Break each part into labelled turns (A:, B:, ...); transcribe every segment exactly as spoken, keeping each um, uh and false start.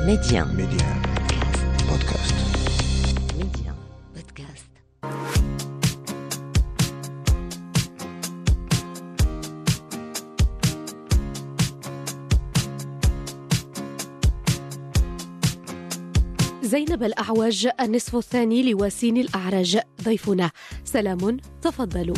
A: Média.
B: Média. Podcast.
A: Média. Podcast. زينب الأعوج، النصف الثاني لوسين الأعرج، ضيفنا. سلام، تفضلوا.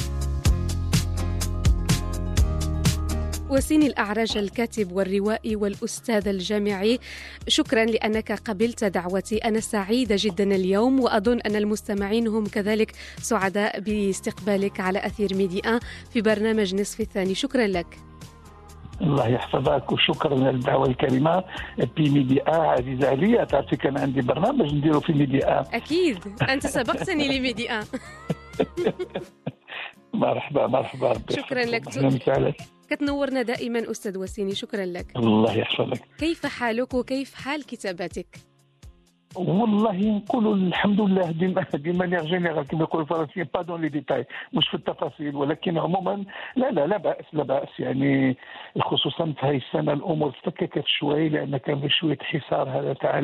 A: وسين الأعرج، الكاتب والروائي والأستاذ الجامعي، شكرا لأنك قبلت دعوتي. أنا سعيدة جدا اليوم، وأظن أن المستمعين هم كذلك سعداء باستقبالك على أثير ميديا في برنامج نصف الثاني. شكرا لك.
C: الله يحفظك وشكرا للدعوة الكريمة. في ميديا عزيزة علي، تعرفي كان عندي برنامج نديره في ميديا.
A: أكيد أنت سبقتني لميديا.
C: مرحبا مرحبا.
A: شكرا لك. كتنورنا دائما أستاذ وسيني، شكرا لك.
C: الله يحفظك.
A: كيف حالك وكيف حال كتاباتك؟
C: والله نقولوا الحمد لله، ديما ديما نيغ جينيرال كما يقولوا الفرنسيين، با دون لي ديتاي، مش في التفاصيل، ولكن عموما لا لا لا باس لا باس يعني، خصوصا في هذه السنه الامور تفككت شوي، لان كان في شويه حصار هذا تاع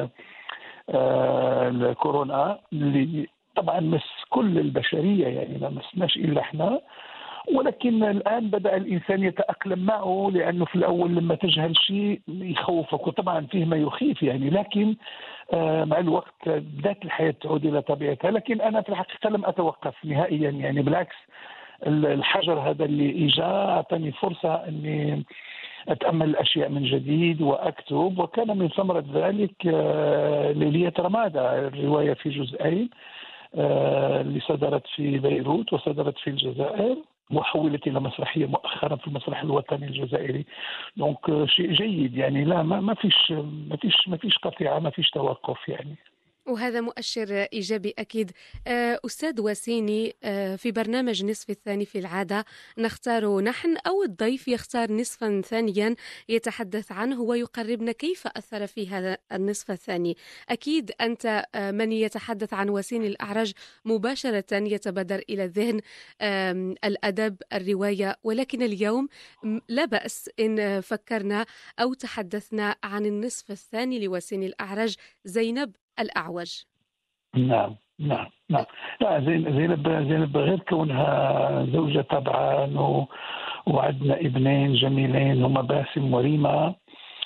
C: الكورونا اللي طبعا مس كل البشريه، يعني ما مسناش الا احنا، ولكن الآن بدأ الإنسان يتأقلم معه، لأنه في الأول لما تجهل شيء يخوفك، وطبعا فيه ما يخيف يعني، لكن مع الوقت بدأت الحياة تعود إلى طبيعتها. لكن أنا في الحقيقة لم أتوقف نهائيا، يعني بالعكس، الحجر هذا اللي إجا أعطاني فرصة أني أتأمل الأشياء من جديد وأكتب، وكان من ثمرة ذلك ليلية رمادة، الرواية في جزئين اللي صدرت في بيروت وصدرت في الجزائر، وحولت إلى مسرحية مؤخرا في المسرح الوطني الجزائري. دونك شيء جيد يعني، لا ما ما فيش ما فيش ما فيش قطيعة، ما فيش توقف يعني،
A: وهذا مؤشر إيجابي أكيد. أستاذ وسيني، في برنامج نصف الثاني في العادة نختار نحن أو الضيف يختار نصفا ثانيا يتحدث عنه ويقربنا كيف أثر في هذا النصف الثاني. أكيد أنت من يتحدث عن وسين الأعرج مباشرة يتبادر إلى الذهن الأدب، الرواية، ولكن اليوم لا بأس إن فكرنا أو تحدثنا عن النصف الثاني لوسين الأعرج، زينب الأعوج.
C: نعم نعم نعم. لا زينب زينب غير كونها زوجة طبعا، وعندنا ابنين جميلين هما باسم وريما.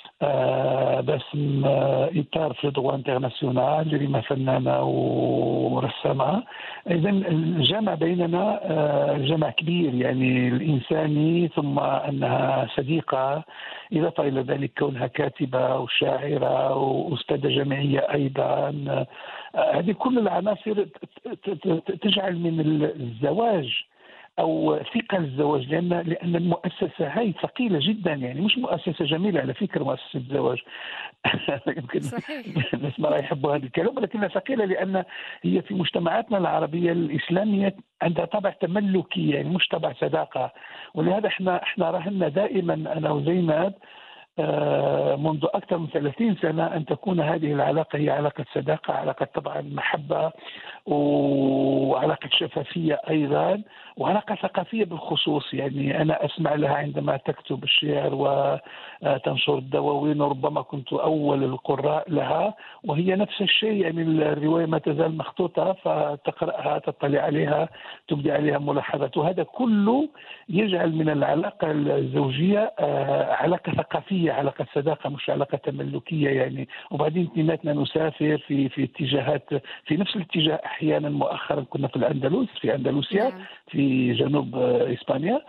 C: آه باسم آه إطار في ضوء انترناسيونال، ريما فنانة ورسامة. إذا الجمع بيننا آه جمع كبير يعني، الإنساني، ثم أنها صديقة، إضافة إلى ذلك كونها كاتبة وشاعرة وأستاذة جامعية أيضا. هذه كل العناصر تجعل من الزواج أو ثقة الزواج، لأن لأن المؤسسة هاي ثقيلة جدا يعني، مش مؤسسة جميلة على فكرة مؤسسة الزواج. يمكن الناس ما يحبوا هذا الكلام، ولكنها ثقيلة لأن هي في مجتمعاتنا العربية الإسلامية عندها طابع تملكي يعني، مش طابع صداقة. ولهذا احنا احنا راهنا دائما أنا وزينب منذ أكثر من ثلاثين سنة أن تكون هذه العلاقة هي علاقة صداقة، علاقة طبعا محبة، وعلاقة شفافية أيضا، وعلاقة ثقافية بالخصوص. يعني أنا أسمع لها عندما تكتب الشعر وتنشر الدواوين، وربما كنت أول القراء لها، وهي نفس الشيء يعني، الرواية ما تزال مخطوطة فتقرأها، تطلع عليها، تبدي عليها ملاحظات، وهذا كله يجعل من العلاقة الزوجية علاقة ثقافية، علاقة صداقة، مش علاقة تملكية يعني. وبعدين اثنيناتنا نسافر في في اتجاهات، في نفس الاتجاه أحيانا. مؤخرا كنا في الأندلس، في أندلسيا في جنوب إسبانيا،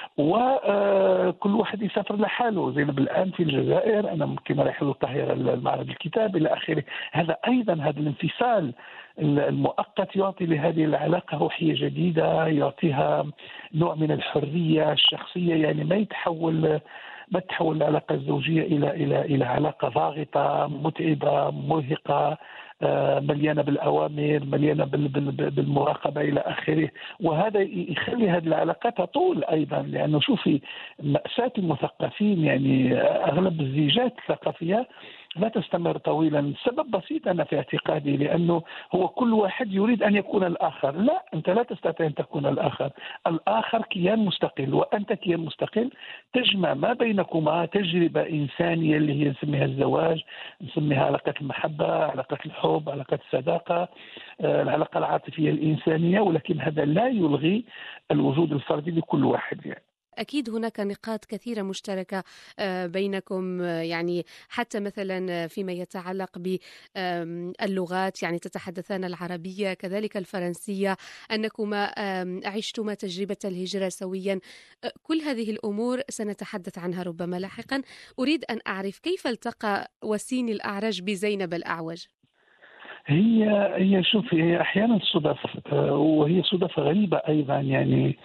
C: وكل واحد يسافر لحاله. زينب الآن في الجزائر، أنا ممكن رايح للقاهرة المعرض الكتاب إلى آخره. هذا أيضا هذا الانفصال المؤقت يعطي لهذه العلاقة روحية جديدة، يعطيها نوع من الحرية الشخصية يعني، ما يتحول ما تحول العلاقة الزوجية إلى إلى إلى علاقة ضاغطة متعبة مرهقة. مليانة بالأوامر، مليانة بالمراقبة إلى آخره. وهذا يخلي هذه العلاقات تطول أيضا، لأنه شوفي مأساة المثقفين، يعني أغلب الزيجات الثقافية لا تستمر طويلا. السبب بسيط أنا في اعتقادي، لأنه هو كل واحد يريد أن يكون الآخر. لا، أنت لا تستطيع أن تكون الآخر. الآخر كيان مستقل وأنت كيان مستقل، تجمع ما بينكما تجربة إنسانية اللي هي نسميها الزواج، نسميها علاقة المحبة، علاقة الحب، علاقة الصداقة، العلاقة العاطفية الإنسانية. ولكن هذا لا يلغي الوجود الفردي لكل واحد يعني.
A: أكيد هناك نقاط كثيرة مشتركة بينكم، يعني حتى مثلا فيما يتعلق باللغات، يعني تتحدثان العربية كذلك الفرنسية، أنكما عشتما تجربة الهجرة سويا. كل هذه الأمور سنتحدث عنها ربما لاحقا. أريد أن أعرف كيف التقى وسيني الأعرج بزينب الأعوج؟
C: هي هي شوف، هي احيانا صدف، وهي صدف غريبه ايضا يعني.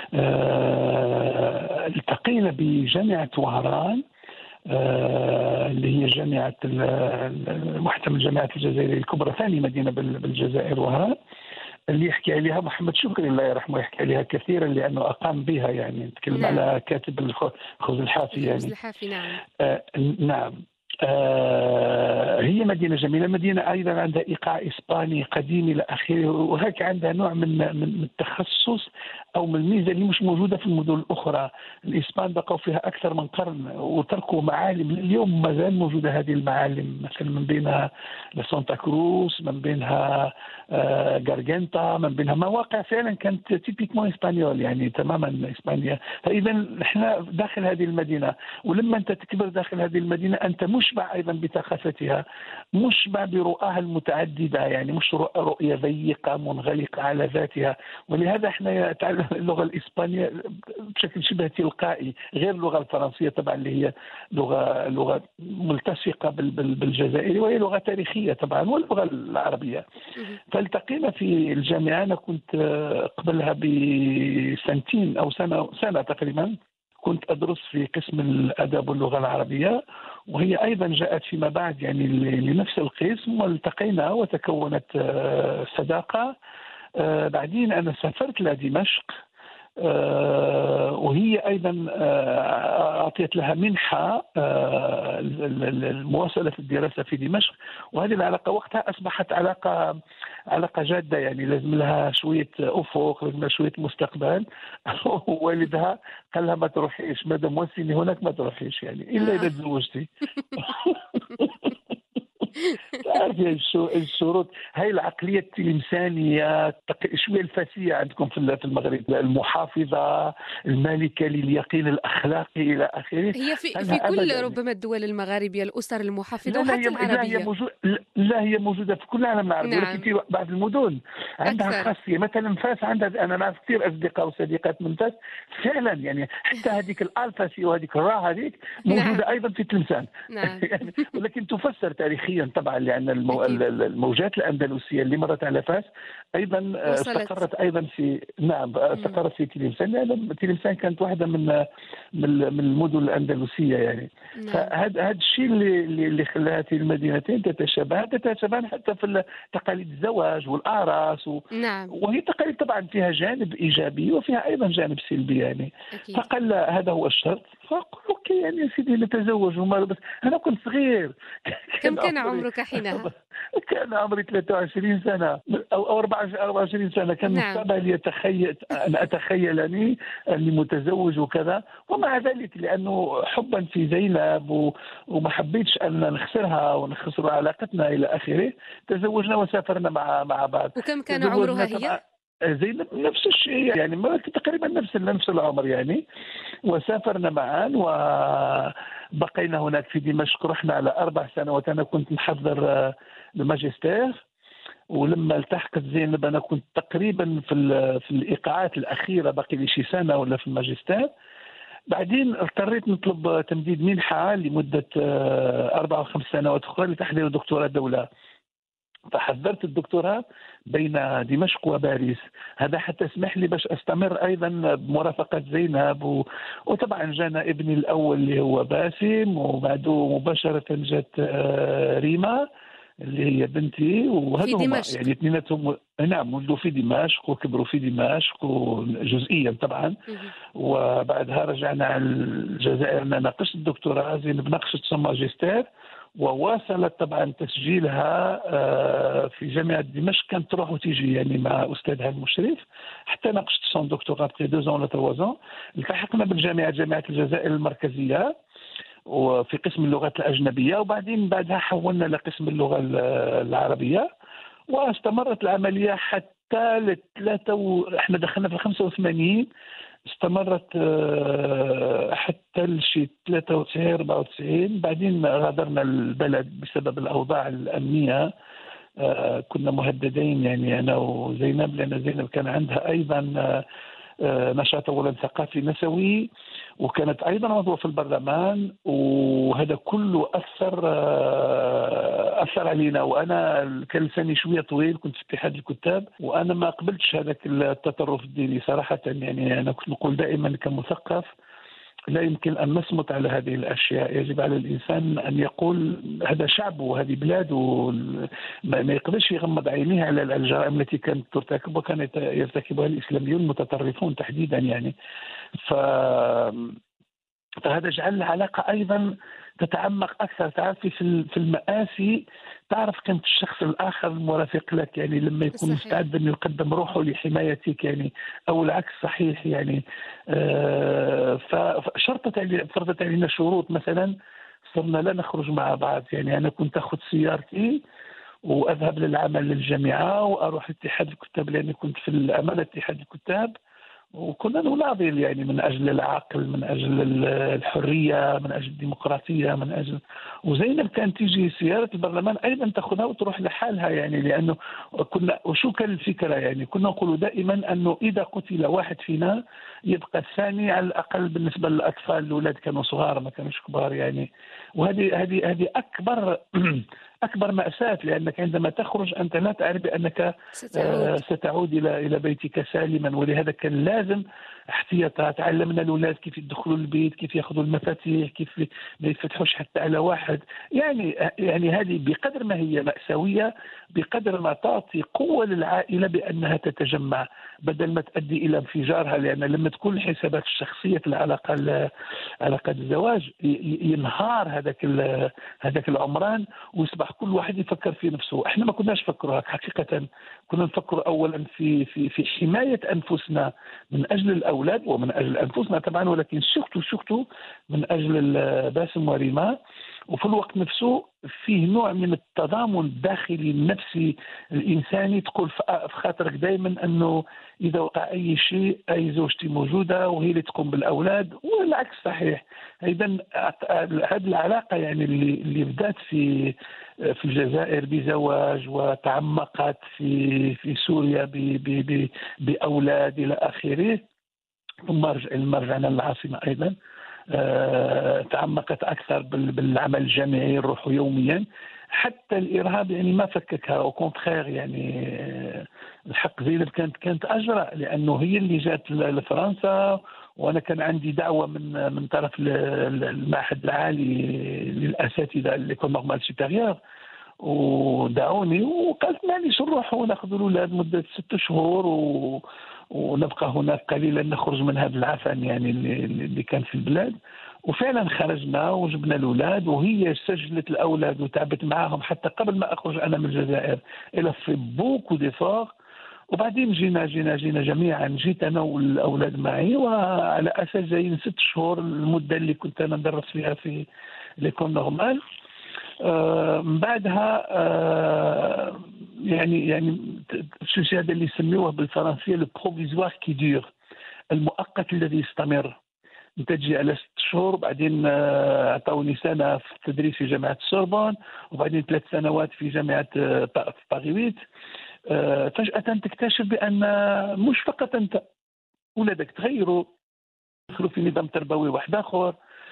C: التقينا بجامعه وهران، اللي هي جامعه واحده من الجامعات الجزائريه الكبرى، ثاني مدينه بالجزائر وهران، اللي يحكي عليها محمد شكري الله يرحمه، يحكي عليها كثيرا لانه اقام بها. يعني نتكلم
A: نعم.
C: على كاتب الخبز الحافي يعني.
A: الخبز الحافي نعم.
C: آه نعم. آه هي مدينة جميلة، مدينة أيضا عندها إيقاع إسباني قديم إلى آخره، وهيك عندها نوع من من التخصص أو من الميزة اللي مش موجودة في المدن الأخرى. الإسبان بقوا فيها أكثر من قرن وتركوا معالم، اليوم ما زال موجودة هذه المعالم، مثلا من بينها سانتا كروز، من بينها آه غارغنتا، من بينها مواقع فعلا كانت تيبيكمون إسبانيول، يعني تماما إسبانيا. فإذا نحن داخل هذه المدينة، ولما أنت تكبر داخل هذه المدينة أنت مشبع أيضا بثقافتها، مشبع برؤاها المتعددة، يعني مش رؤية ضيقة منغلقة على ذاتها. ولهذا احنا نتعلم اللغة الإسبانية بشكل شبه تلقائي، غير اللغة الفرنسية طبعا اللي هي لغة لغة ملتصقة بالجزائر، وهي لغة تاريخية طبعا، واللغة العربية. فالتقينا في الجامعة، أنا كنت قبلها بسنتين أو سنة سنة تقريبا كنت أدرس في قسم الأدب واللغة العربية، وهي أيضا جاءت فيما بعد يعني لنفس القسم، والتقينا وتكونت صداقة. بعدين أنا سافرت لدمشق، وهي أيضا أعطيت لها منحة المواصلة في الدراسة في دمشق، وهذه العلاقة وقتها أصبحت علاقة علاقة جادة، يعني لازم لها شوية أفق، لازم لها شوية مستقبل. والدها قال لها ما تروحيش، مادام وسيني هناك ما تروحيش، يعني إلا إذا تزوجتي. تعرفي الشروط هاي العقلية التلمسانية شوية الفاسية عندكم في المغرب، المحافظة المالكة لليقين الأخلاقي إلى آخره.
A: هي في, في كل ربما الدول المغاربية الأسر المحافظة
C: لا
A: وحتى
C: لا
A: العربية.
C: لا هي, موجود لا هي موجودة في كل العالم العربي.
A: نعم.
C: ولكن في بعض المدن عندها
A: أكثر.
C: خاصية، مثلا فاس عندها، أنا نعرف كثير أصدقاء وصديقات من فاس فعلا، يعني حتى هذيك الألفاسي وهذيك الراء هذيك موجودة
A: نعم.
C: أيضا في تلمسان.
A: نعم.
C: يعني ولكن تفسر تاريخيا طبعا، لأن المو... الموجات الأندلسية اللي مرت على فاس أيضا استقرت أيضا في نعم استقرت في تلمسان، لأن تلمسان كانت واحدة من من المدن الأندلسية يعني. نعم. فهذا هذا الشيء اللي اللي خلى هذه المدينتين تتشابه تتشابه حتى في تقاليد الزواج والأعراس و...
A: نعم.
C: وهي تقاليد طبعا فيها جانب إيجابي وفيها أيضا جانب سلبي يعني. فقال هذا هو الشرط، فقل اوكي يعني يا سيدي نتزوج. وما بس انا كنت صغير.
A: كم كان عمرك حينها؟
C: كان عمري ثلاثة وعشرين سنة او أربعة وعشرين سنة. كان
A: نعم.
C: مستقبلي يتخيل ان اتخيلني اني متزوج وكذا، ومع ذلك لانه حبا في زينب و... وما حبيتش ان نخسرها ونخسر علاقتنا الى اخره، تزوجنا وسافرنا مع مع بعض.
A: وكم كان عمرها هي؟
C: زينب نفس الشيء يعني تقريبا نفس نفس العمر يعني. وسافرنا معا وبقينا هناك في دمشق، رحنا على أربع سنوات. أنا كنت محضر الماجستير، ولما التحقت زينب أنا كنت تقريبا في في الإيقاعات الأخيرة، باقي لي شي سنة ولا في الماجستير. بعدين اضطريت نطلب تمديد منحة لمدة أربع أو خمس سنوات أخرى لتحضير دكتوراه دولة. فحضرت الدكتوراه بين دمشق وباريس، هذا حتى اسمح لي باش استمر ايضا بمرافقه زينب و... وطبعا جانا ابني الاول اللي هو باسم، وبعده مباشره جات ريما اللي هي بنتي،
A: في
C: وهذا هما
A: دمشق.
C: يعني اثنيناتهم نعم ولدوا في دمشق وكبروا في دمشق جزئيا طبعا.
A: مهم.
C: وبعدها رجعنا على الجزائر، انا ناقشت الدكتوراه، زينب ناقشت ماجستير، وواصلت طبعا تسجيلها آه، في جامعه دمشق، كانت تروح وتيجي يعني مع استاذها المشرف، حتى ناقشت سون دكتوراه بقي دو زون ولا تروا زون. التحقنا بالجامعه جامعه الجزائر المركزيه وفي قسم اللغات الأجنبية، وبعدين بعدها حولنا لقسم اللغة العربية، واستمرت العملية حتى لثلاثة و... احنا دخلنا في الخمسة وثمانين، استمرت آه، حتى لشي ثلاثة وتسعين أربعة وتسعين، بعدين غادرنا البلد بسبب الأوضاع الأمنية. آه، كنا مهددين يعني أنا وزينب، لأن زينب كان عندها أيضا آه، نشاط اولا ثقافي نسوي، وكانت ايضا عضوه في البرلمان، وهذا كله اثر اثر علينا. وانا كان لساني شويه طويل، كنت في اتحاد الكتاب، وانا ما قبلتش هذاك التطرف الديني صراحه. يعني انا كنت نقول دائما كمثقف لا يمكن أن نصمت على هذه الأشياء، يجب على الإنسان أن يقول هذا شعبه وهذه بلاده، ما يقدرش يغمض عينيه على الجرائم التي كانت ترتكب وكان يرتكبها الإسلاميون المتطرفون تحديدا يعني. ف فهذا جعل العلاقة أيضا تتعمق أكثر. تعرفي في المآسي تعرف قيمة الشخص الآخر المرافق لك، يعني لما يكون صحيح. مستعد أن يقدم روحه لحمايتك يعني، أو العكس صحيح يعني. آه فشرطت علي فرضت علينا شروط، مثلا صرنا لا نخرج مع بعض. يعني أنا كنت أخذ سيارتي وأذهب للعمل للجامعة وأروح اتحاد الكتاب، لأني كنت في الأمانة اتحاد الكتاب، وكنا نناضل يعني من أجل العقل، من أجل الحرية، من أجل الديمقراطية، من أجل. وزينب كانت تيجي سيارة البرلمان أيضا تأخذها وتروح لحالها يعني، لأنه كنا وشو كان الفكرة يعني، كنا نقول دائما أنه إذا قتل واحد فينا يبقى الثاني على الأقل بالنسبة للأطفال. الأولاد كانوا صغار ما كانوش كبار يعني. وهذه هذه هذه أكبر أكبر مأساة، لأنك عندما تخرج أنت لا تعرف بأنك ستعود, ستعود إلى إلى بيتك سالما. ولهذا كان لازم احتياطات. علمنا الأولاد كيف يدخلوا البيت، كيف يأخذوا المفاتيح، كيف ما يفتحوش حتى على واحد. يعني يعني هذه بقدر ما هي مأساوية بقدر ما تعطي قوة للعائلة بأنها تتجمع، بدل ما تؤدي إلى انفجارها. لأن لما تكون الحسابات الشخصية في العلاقة علاقة الزواج ينهار هذاك هذاك العمران، ويصبح كل واحد يفكر في نفسه. احنا ما كناش نفكر هيك حقيقة، كنا نفكر أولا في في في حماية أنفسنا من أجل الأولاد ومن أجل أنفسنا طبعا، ولكن شفتوا شفتوا من أجل باسم وريما. وفي الوقت نفسه فيه نوع من التضامن الداخلي النفسي الإنساني، تقول في خاطرك دائما أنه إذا وقع أي شيء أي زوجتي موجودة وهي اللي تقوم بالأولاد، والعكس صحيح. أيضا هذه العلاقة يعني اللي اللي بدأت في في الجزائر بزواج وتعمقت في في سوريا ب ب بأولاد إلى آخره، ثم رجعنا للعاصمة أيضا أه تعمقت أكثر بالعمل الجامعي، نروح يوميا. حتى الإرهاب يعني ما فككها، أو كونتخير يعني. الحق زينب كانت كانت أجرأ، لأنه هي اللي جات لفرنسا، وأنا كان عندي دعوة من من طرف المعهد العالي للأساتذة ليكول نورمال سوبيريور، ودعوني وقالت معليش نروح وناخذ الأولاد مدة ست شهور و ونبقى هناك قليلا، نخرج من هذا العفن يعني اللي كان في البلاد. وفعلا خرجنا وجبنا الأولاد، وهي سجلت الأولاد وتعبت معهم حتى قبل ما أخرج أنا من الجزائر إلى في بوكو ديفور. وبعدين جينا جينا جينا جميعا، جيت أنا والأولاد معي، وعلى أساس جايين ست شهور المدة اللي كنت أنا ندرس فيها في ليكول نورمال. آه من بعدها آه يعني يعني شو هذا اللي يسميوه بالفرنسية لو بروفيزوار كي دور، المؤقت الذي يستمر. انت تجي على ست شهور، بعدين اعطوني سنه في التدريس في جامعه السوربون، وبعدين ثلاث سنوات في جامعه باريس. آه فجاه تكتشف بان مش فقط انت ولادك تغيروا، يدخلوا في نظام تربوي واحد اخر.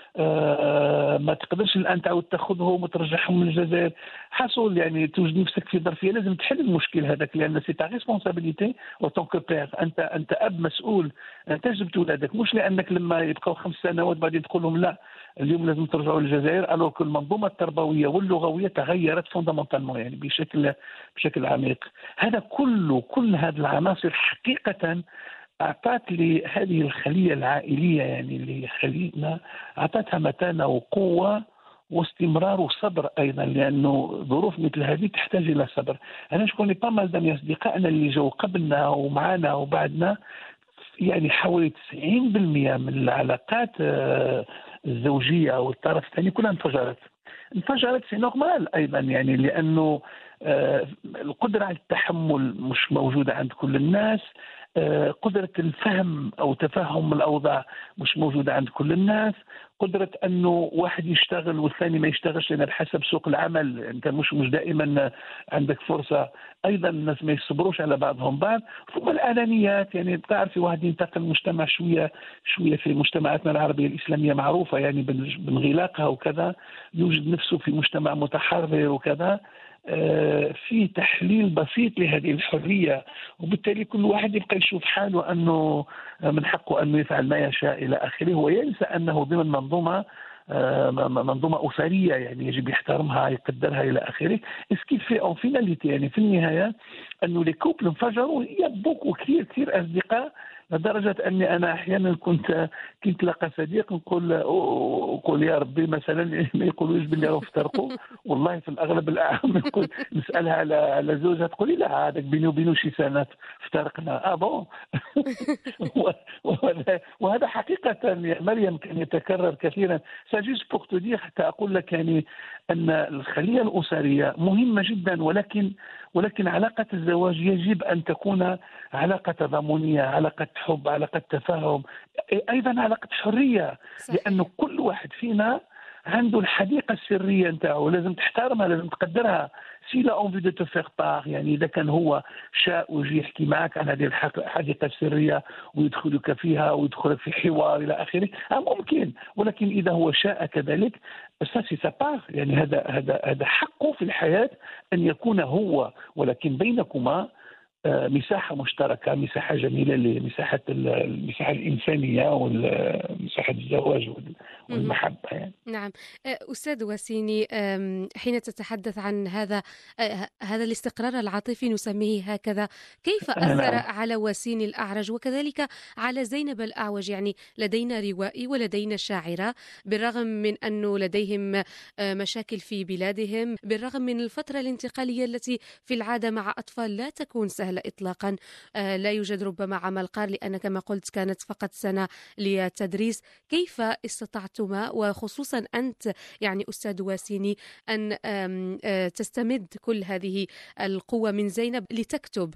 C: آه ما تقدرش الان تعاود تاخذهم وترجعهم من الجزائر. حصل يعني توجد نفسك في ظرفيه لازم تحل المشكل هذاك، لان سي تا ريسبونسابيلتي اوتون كو بير. انت انت اب مسؤول، انت جبت ولادك، مش لانك لما يبقوا خمس سنوات بعدين تقول لهم لا اليوم لازم ترجعوا للجزائر، الو كل المنظومه التربويه واللغويه تغيرت فوندامنتالمون يعني بشكل بشكل عميق. هذا كله كل هذه العناصر حقيقه اعطت لهذه الخليه العائليه يعني اللي خلينا اعطتها متانه وقوه واستمرار وصبر ايضا، لانه ظروف مثل هذه تحتاج الى صبر. انا شكون با مال من اصدقائنا اللي جو قبلنا ومعنا وبعدنا، يعني حوالي تسعين بالمئة من العلاقات الزوجيه او الطرف الثاني كلها انفجرت. انفجرت في نورمال ايضا يعني، لانه القدره على التحمل مش موجوده عند كل الناس، قدرة الفهم أو تفهم الأوضاع مش موجودة عند كل الناس، قدرة أنه واحد يشتغل والثاني ما يشتغلش لأن حسب سوق العمل أنت مش مش دائما عندك فرصة، أيضا الناس ما يصبروش على بعضهم بعض. ثم الأنانيات، يعني تعرفي واحد ينتقل مجتمع شوية شوية في مجتمعاتنا العربية الإسلامية معروفة يعني بانغلاقها وكذا، يوجد نفسه في مجتمع متحرر وكذا، في تحليل بسيط لهذه الحرية، وبالتالي كل واحد يبقى يشوف حاله أنه من حقه أنه يفعل ما يشاء إلى آخره، وينسى أنه ضمن منظومة منظومة أسرية يعني يجب يحترمها يقدرها إلى آخره. اسكيل في أو فيناليتي يعني في النهاية أنه لي كوبل انفجروا، هي بوكو كثير كثير أصدقاء، لدرجة أني أنا أحيانا كنت كنت لقى صديق نقول نقول يا ربي مثلا ما يقولوش باللي راهم افترقوا، والله في الأغلب الأعم نقول نسألها على على زوجها تقول لي لا هذاك بيني وبينه شي سنوات افترقنا اه بون. وهذا حقيقة يا مريم كان يتكرر كثيرا. ساجيز بوغ تو دير حتى أقول لك يعني أن الخلية الأسرية مهمة جدا، ولكن ولكن علاقة الزواج يجب أن تكون علاقة تضامنية، علاقة حب، علاقة تفاهم، أيضا علاقة حرية. صحيح. لأنه كل واحد فينا عنده الحديقة السرية نتاعو، لازم تحترمها لازم تقدرها. سي لا اونفي دو تو فيغ باغ، يعني إذا كان هو شاء ويجي يحكي معك عن هذه الحديقة السرية ويدخلك فيها ويدخلك في حوار إلى آخره ممكن، ولكن إذا هو شاء كذلك ساسي سابار، يعني هذا هذا هذا حقه في الحياة أن يكون هو، ولكن بينكما مساحة مشتركة، مساحة جميلة لمساحة المساحة الإنسانية ومساحة الزواج والمحبة يعني.
A: نعم. أستاذ وسيني، حين تتحدث عن هذا هذا الاستقرار العاطفي نسميه هكذا، كيف أثر نعم. على وسيني الأعرج وكذلك على زينب الأعوج؟ يعني لدينا روائي ولدينا شاعرة، بالرغم من أنه لديهم مشاكل في بلادهم، بالرغم من الفترة الانتقالية التي في العادة مع أطفال لا تكون سهلة إطلاقا، لا يوجد ربما عمل قار لأن كما قلت كانت فقط سنة للتدريس. كيف استطعتما وخصوصا أنت يعني أستاذ وسيني أن تستمد كل هذه القوة من زينب لتكتب؟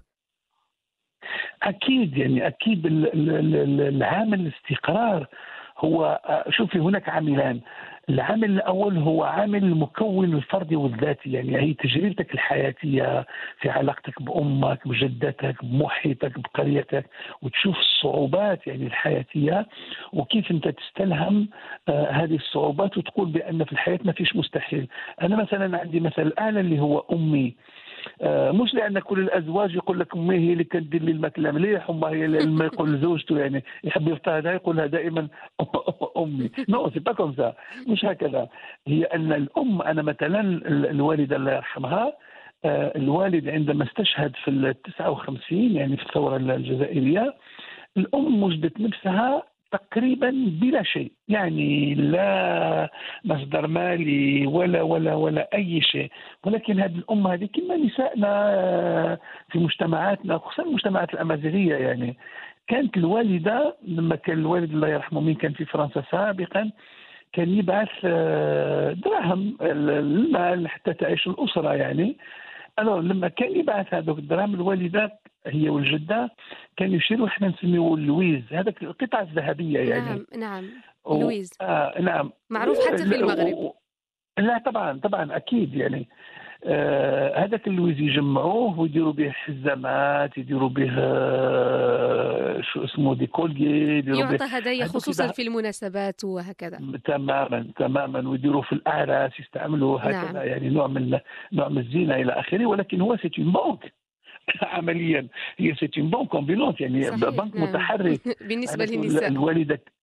C: أكيد يعني أكيد العامل الاستقرار هو، شوفي هناك عاملان. العامل الأول هو عامل المكون الفردي والذاتي، يعني هي تجربتك الحياتية في علاقتك بأمك بجدتك بمحيطك بقريتك، وتشوف الصعوبات يعني الحياتية وكيف أنت تستلهم آه هذه الصعوبات وتقول بأن في الحياة ما فيش مستحيل. أنا مثلا عندي مثل الأعلى اللي هو أمي، آه مش لأن كل الأزواج يقول لك أمي هي اللي كندير لي الماكلة مليح، أمي هي اللي يقول لزوجته يعني يحب يفطر يقولها دائما أمي. نو سي با كوم سا، مش هكذا. هي أن الأم، أنا مثلا الوالدة الله يرحمها، آه الوالد عندما استشهد في التسعة وخمسين يعني في الثورة الجزائرية، الأم وجدت نفسها تقريبا بلا شيء، يعني لا مصدر مالي ولا ولا ولا أي شيء. ولكن هذه الأم هذه كما نسائنا في مجتمعاتنا خصوصا المجتمعات الأمازيغية، يعني كانت الوالدة لما كان الوالد الله يرحمه مين كان في فرنسا سابقا كان يبعث دراهم المال حتى تعيش الأسرة يعني. أنا لما كان يبعث هذوك الدراهم الوالدة هي والجدة كانوا يشيروا احنا نسميه اللويز، هذاك القطعة الذهبية يعني.
A: نعم نعم لويز.
C: آه نعم
A: معروف حتى في المغرب.
C: لا طبعا طبعا أكيد يعني. آه هذاك اللويز يجمعوه ويديروا به حزامات، يديروا به آه شو اسمه دي كولجي،
A: يعطى هدايا خصوصا في المناسبات وهكذا.
C: تماما تماما، ويديروا في الأعراس يستعملوه هكذا. نعم. يعني نوع من نوع من الزينة إلى آخره. ولكن هو سيت اون بانك عمليا، هي سيت اون بانك امبيلونت يعني. صحيح. بنك نعم. متحرك
A: بالنسبة للنساء.
C: الوالدة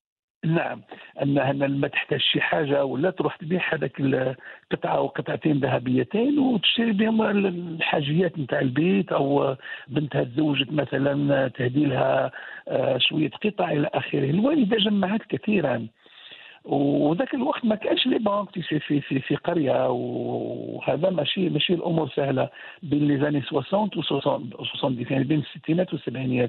C: نعم، انها ما تحتاج شي حاجه ولا تروح تبيع هذاك القطعه او قطعتين ذهبيتين وتشتري بهم الحاجيات نتاع البيت، او بنتها تزوجت مثلا تهدي لها آه، شويه قطع الى اخره. الوالده جمعت كثيرا، وذاك الوقت ما كانش لي بانك في في في في قريه، وهذا ماشي ماشي الامور سهله بين لي زاني ستين و سبعين، يعني بين الستينات والسبعينيات.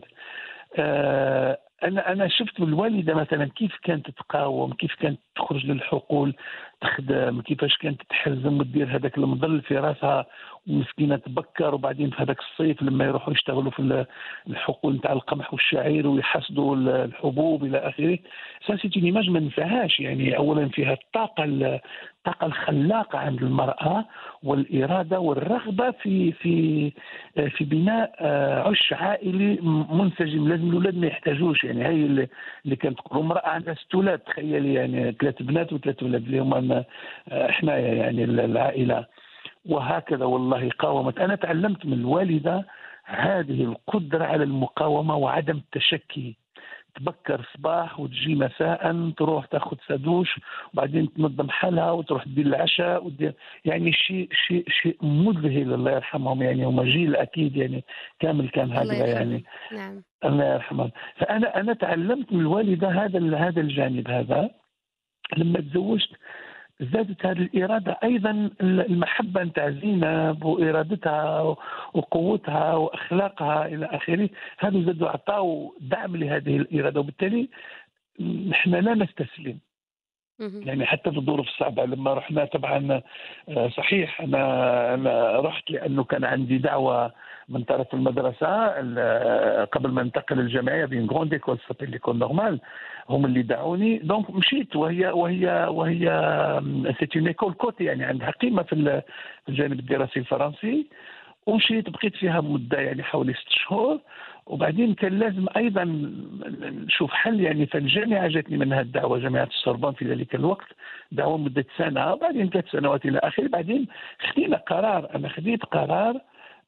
C: آه، انا انا شفت الوالده مثلا كيف كانت تقاوم، كيف كانت تخرج للحقول تخدم، كيفاش كانت تحزم وتدير هذاك المظل في راسها ومسكينه تبكر، وبعدين في هذاك الصيف لما يروحوا يشتغلوا في الحقول نتاع القمح والشعير ويحصدوا الحبوب الى اخره. ساسيتي ليماج ما ننساهاش، يعني اولا فيها الطاقه الطاقه الخلاقه عند المراه والاراده والرغبه في في في بناء عش عائلي منسجم. لازم الاولاد ما يحتاجوش، يعني هي اللي كانت تقول امراه عندها ست اولاد، تخيلي، يعني ثلاث بنات وثلاث اولاد اللي هم حنايا يعني العائله. وهكذا والله قاومت. انا تعلمت من الوالده هذه القدره على المقاومه وعدم التشكي. تبكر صباح وتجي مساء، تروح تاخذ سادوش وبعدين تنظم حالها وتروح تدير العشاء وتدير، يعني شيء شيء شيء مذهل. الله يرحمهم، يعني هم جيل اكيد يعني كامل كان هكذا يعني.
A: نعم.
C: الله يرحمهم. فانا انا تعلمت من الوالده هذا هذا الجانب هذا. لما تزوجت زادت هذه الإرادة أيضا، المحبة نتاع زينب وإرادتها وقوتها وأخلاقها إلى آخره، هذا زادوا عطاوا دعم لهذه الإرادة، وبالتالي نحن لا نستسلم. يعني حتى في الظروف الصعبة لما رحنا، طبعا صحيح أنا أنا رحت لأنه كان عندي دعوة من طرف المدرسة قبل ما انتقل الجامعية بين غروند ايكول سابيل ليكول نورمال، هم اللي دعوني. دونك مشيت، وهي وهي وهي سيت اون ايكول كوتي، يعني عندها قيمة في الجانب الدراسي الفرنسي. ومشيت بقيت فيها مدة يعني حوالي ست شهور، وبعدين كان لازم ايضا نشوف حل. يعني فالجامعه جاتني منها الدعوه، جامعه السوربون في ذلك الوقت، دعوه مده سنه، بعدين ثلاث سنوات الى اخره. بعدين خدينا قرار، انا خديت قرار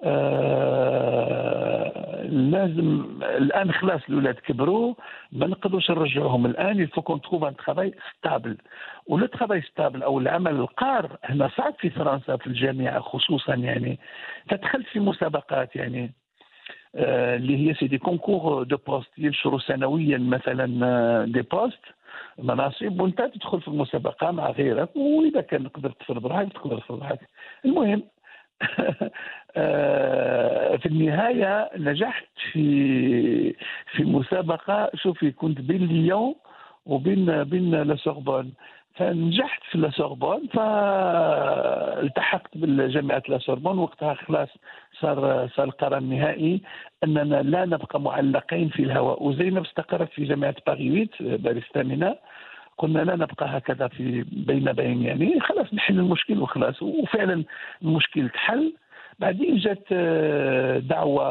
C: آه لازم الان خلاص الاولاد كبروا، ما نقدروش نرجعوهم الان. يفو كون تروف ان ترافاي ستابل، ولو ترافاي ستابل او العمل القار هنا صعب في فرنسا في الجامعه خصوصا. يعني تدخلت في مسابقات يعني اللي هي سي دي كونكور دو بوست، ينشروا سنويا مثلا دي بوست مناصب، وانت تدخل في المسابقه مع غيرك، واذا كان قدرت تفرض روحك تقدر تفرض روحك. المهم في النهايه نجحت في في مسابقه. شوفي كنت بين ليون وبين بين لا سوربون، فنجحت في لا سوربون، فالتحقت بالجامعة لا سوربون. وقتها خلاص صار صار القرار النهائي اننا لا نبقى معلقين في الهواء، وزينب استقرت في جامعة باريس باريس الثامنة. قلنا لا نبقى هكذا في بين بين، يعني خلاص نحل المشكل وخلاص. وفعلا المشكل تحل. بعدين جات دعوة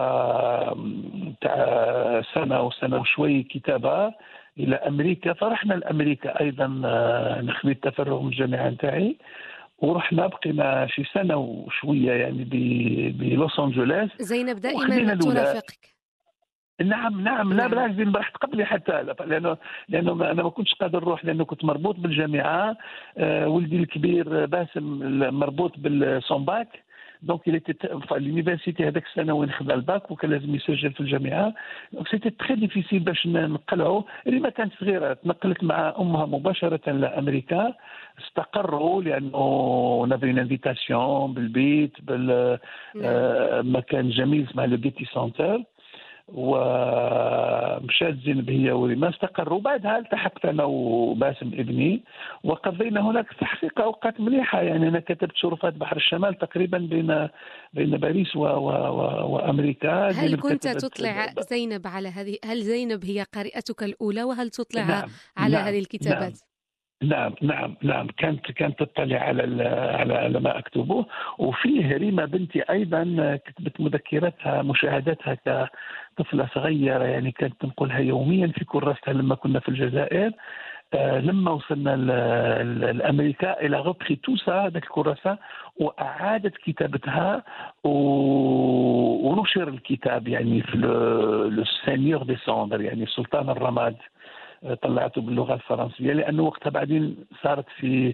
C: تاع سنة وسنة وشوي كتابة الى امريكا، فرحنا لامريكا ايضا. نخذ التفرغ من الجامعه نتاعي ورحنا، بقينا شي سنه وشويه يعني بلوس انجلوس.
A: زينب دائما ترافقك؟
C: نعم نعم. لا بالعكس، رحت قبلي حتى، لانه لانه انا ما كنتش قادر نروح لانه كنت مربوط بالجامعه. ولدي الكبير باسم مربوط بالسومباك، دونك il était في l'université هذاك السنه وين خذا الباك، وكان لازم يسجل في الجامعه. دونك سيتي تري ديفيسيل باش نقلعوا. اللي ما كانت صغيره تنقلت مع امها مباشره لامريكا، استقروا لانه نافي اون انفيتاسيون بالبيت بالمكان جميل اسمه لو بيتي سنتر. ومشات زينب هي وريما استقروا. بعدها التحقت انا وباسم ابني، وقضينا هناك في الحقيقه اوقات مليحه. يعني انا كتبت شرفات بحر الشمال تقريبا بين بين باريس و... و... و... وامريكا.
A: هل كنت تطلع زينب على هذه؟ هل زينب هي قارئتك الاولى، وهل تطلع
C: نعم.
A: على
C: نعم.
A: هذه الكتابات؟
C: نعم. نعم نعم نعم كانت كانت تطلع على على على ما اكتبه. وفيه ريما بنتي ايضا كتبت مذكراتها مشاهداتها كطفله صغيره، يعني كانت تنقلها يوميا في كراستها لما كنا في الجزائر. آه لما وصلنا لامريكا الى غبخي توسا ذاك الكراسه، واعادت كتابتها ونشر الكتاب يعني في لو سينيور ديسمبر، يعني سلطان الرماد. طلعته باللغه الفرنسيه، لانه وقتها بعدين صارت في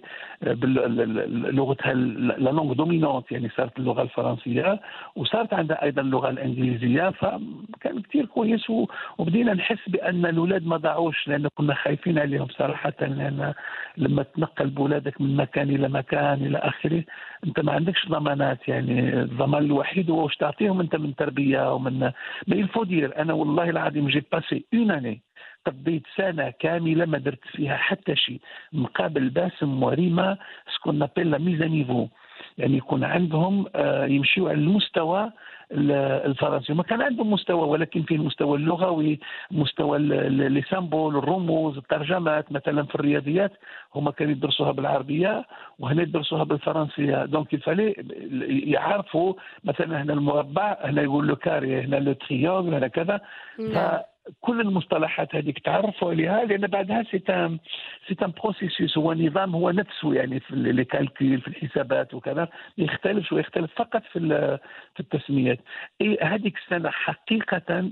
C: لغتها لا لونغ دومينونت، يعني صارت اللغه الفرنسيه وصارت عندها ايضا اللغه الانجليزيه، فكان كثير كويس. وبدينا نحس بان الاولاد ما ضاعوش، لان كنا خايفين عليهم صراحه، لان لما تنقل بولادك من مكان الى مكان الى اخره انت ما عندكش ضمانات. يعني الضمان الوحيد هو واش تعطيهم انت من تربيه ومن ما يلفو دير. انا والله العظيم جي باسي اون اني، قضيت سنه كامله ما درت فيها حتى شيء مقابل باسم وريما سكون نابيل لا ميزا نيفو، يعني يكون عندهم يمشيوا على المستوى الفرنسي. ما كان عندهم مستوى، ولكن في المستوى اللغوي، مستوى لي سامبول، الرموز، الترجمات. مثلا في الرياضيات هما كانوا يدرسوها بالعربيه وهنا يدرسوها بالفرنسيه، دونك يفالي يعرفوا مثلا هنا المربع، هنا يقول له كاري، هنا لو تريونغل، هنا كذا. كل المصطلحات هذيك تعرفوا عليها، لان بعدها سي ان سي ان بروسيسوس، هو نظام هو نفسه، يعني في لي كالكول في الحسابات وكذا يختلف ويختلف فقط في في التسميات. اي هذيك السنه حقيقه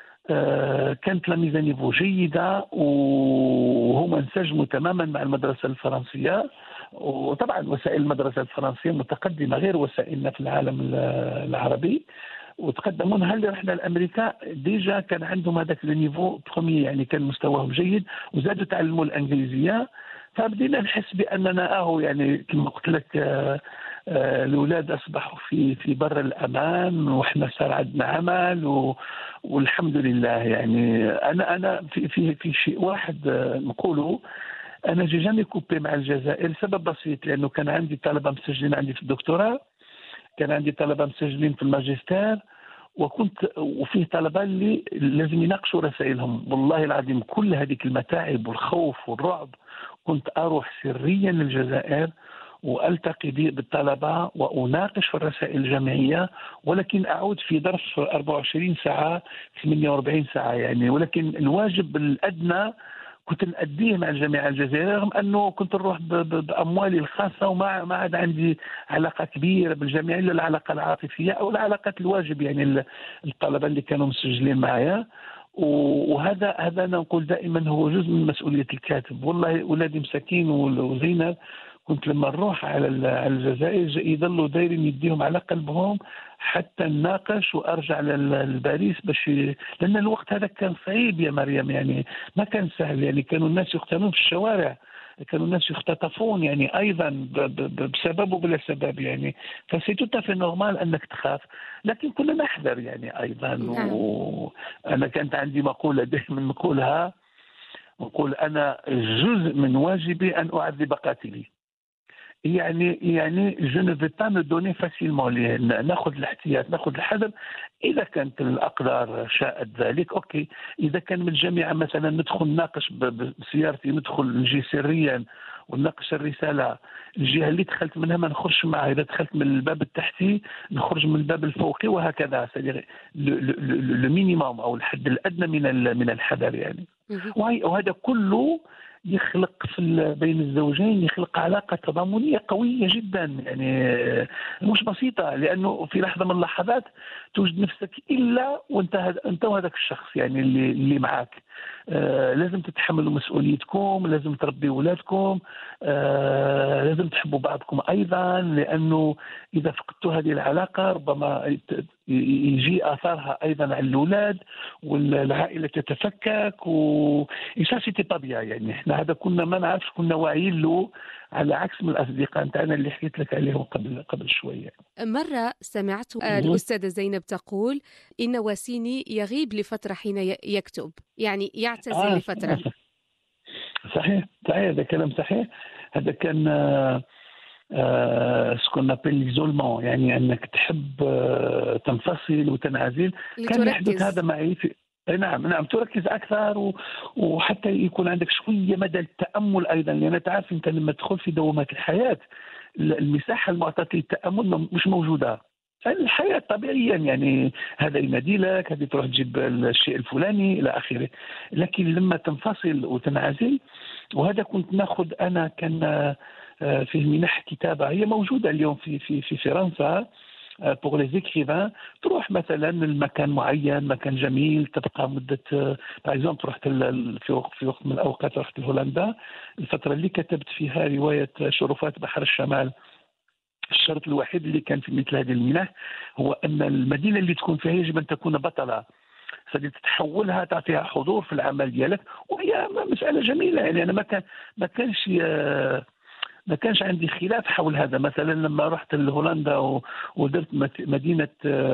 C: كانت لا ميزا نيفو جيده، وهما انسجموا تماما مع المدرسه الفرنسيه. وطبعا وسائل المدرسه الفرنسيه متقدمه غير وسائلنا في العالم العربي، وتقدموا. نهار اللي رحنا لامريكا ديجا كان عندهم هذاك النيفو برومي، يعني كان مستواهم جيد، وزادوا تعلموا الانجليزيه. فبدينا نحس باننا اهو يعني كما قلت لك الاولاد اصبحوا في في بر الامان، واحنا صار عندنا عمل و والحمد لله. يعني انا انا في في في شيء واحد نقوله، انا جي جامي كوبي مع الجزائر لسبب بسيط، لانه كان عندي طلبه مسجلين عندي في الدكتوراه، كان عندي طلبه مسجلين في الماجستير، وكنت وفيه طلبه اللي لازم يناقشوا رسائلهم. والله العظيم كل هذيك المتاعب والخوف والرعب كنت اروح سريا للجزائر والتقي بالطلبه واناقش في الرسائل الجامعيه، ولكن اعود في درس أربعة وعشرين ساعه ثمانية وأربعين ساعه يعني. ولكن الواجب الادنى كنت نأديه مع الجامعة الجزائرية، رغم أنه كنت نروح بأموالي الخاصة وما ما عاد عندي علاقة كبيرة بالجامعة إلا العلاقة العاطفية أو العلاقات الواجب، يعني الطلبة اللي كانوا مسجلين معايا. وهذا هذا أنا نقول دائما هو جزء من مسؤولية الكاتب. والله أولادي مساكين وزينب كنت لما نروح على الجزائر يضلوا دايرين يديهم على قلبهم حتى نناقش وارجع لباريس باش، لان الوقت هذا كان صعيب يا مريم، يعني ما كان سهل. يعني كانوا الناس يقتلون في الشوارع، كانوا الناس يختطفون يعني ايضا بسبب وبلا سبب يعني. فسي تو في نورمال انك تخاف، لكن كنا نحذر يعني ايضا. وانا كانت عندي مقوله دائما نقولها، نقول انا جزء من واجبي ان اعذب قاتلي. يعني يعني جو نو في با مو دوني فاسيلمون، ناخذ الاحتياط ناخذ الحذر اذا كانت الاقدار شاءت ذلك اوكي. اذا كان من الجامعه مثلا ندخل نناقش بسيارتي، ندخل نجي سريا ونناقش الرساله، الجهه اللي دخلت منها ما نخرجش معها، اذا دخلت من الباب التحتي نخرج من الباب الفوقي وهكذا. لو مينيموم او الحد الادنى من من الحذر يعني. وهذا كله يخلق في بين الزوجين يخلق علاقة تضامنية قوية جدا، يعني مش بسيطة، لأنه في لحظة من اللحظات توجد نفسك إلا وانت انت وهذاك الشخص يعني اللي اللي معك. آه لازم تتحملوا مسؤوليتكم، لازم تربي أولادكم، آه لازم تحبوا بعضكم أيضا، لأنه إذا فقدتوا هذه العلاقة ربما يجي آثارها أيضا على الأولاد والعائلة تتفكك، وإيسا سيتي با بيان يعني. احنا هذا كنا ما نعرفش، كنا واعيين له، على عكس من الأصدقاء نتاعنا اللي حكيت لك عليهم قبل قبل شوية.
A: مرة سمعت الأستاذة زينب تقول إن واسيني يغيب لفترة حين يكتب، يعني يعتزل آه لفترة.
C: صحيح صحيح، هذا كلام صحيح. هذا كان سكون نابيل ليزولمون، يعني أنك تحب آه تنفصل وتنعزل. كان يحدث هذا معي في نعم نعم تركز اكثر، وحتى يكون عندك شويه مدى التامل ايضا، لان تعرف انت لما تدخل في دوامات الحياه المساحه المعطاه للتامل مش موجوده. الحياه طبيعيا يعني هذا ينادي لك، هذه تروح تجيب الشيء الفلاني الى اخره. لكن لما تنفصل وتنعزل، وهذا كنت ناخذ انا كان في منح كتابه هي موجوده اليوم في في في فرنسا، بوغ لي زيكريفان، تروح مثلا لمكان معين، مكان جميل، تبقى مده باغ اكزومبل. رحت في وقت في وقت من الاوقات رحت لهولندا، الفتره اللي كتبت فيها روايه شرفات بحر الشمال. الشرط الوحيد اللي كان في مثل هذه المنح هو ان المدينه اللي تكون فيها يجب ان تكون بطله، فتتحولها تعطيها حضور في العمل ديالك، وهي مساله جميله. يعني انا ما كان ما كانش ما كانش عندي خلاف حول هذا. مثلا لما رحت لهولندا ودرت مدينه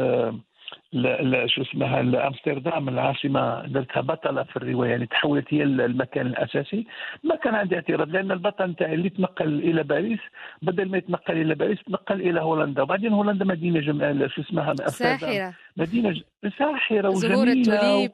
C: لا لا شو اسمها امستردام العاصمه، درتها بطله في الروايه، يعني تحولت هي المكان الاساسي. ما كان عندي اعتراض، لان البطل نتاعي اللي تنقل الى باريس بدل ما يتنقل الى باريس تنقل الى هولندا. وبعدين هولندا مدينه جميله، شو اسمها امستردام،
A: ساحرة،
C: مدينه ساحره
A: زهور
C: وجميله و...
A: التوليب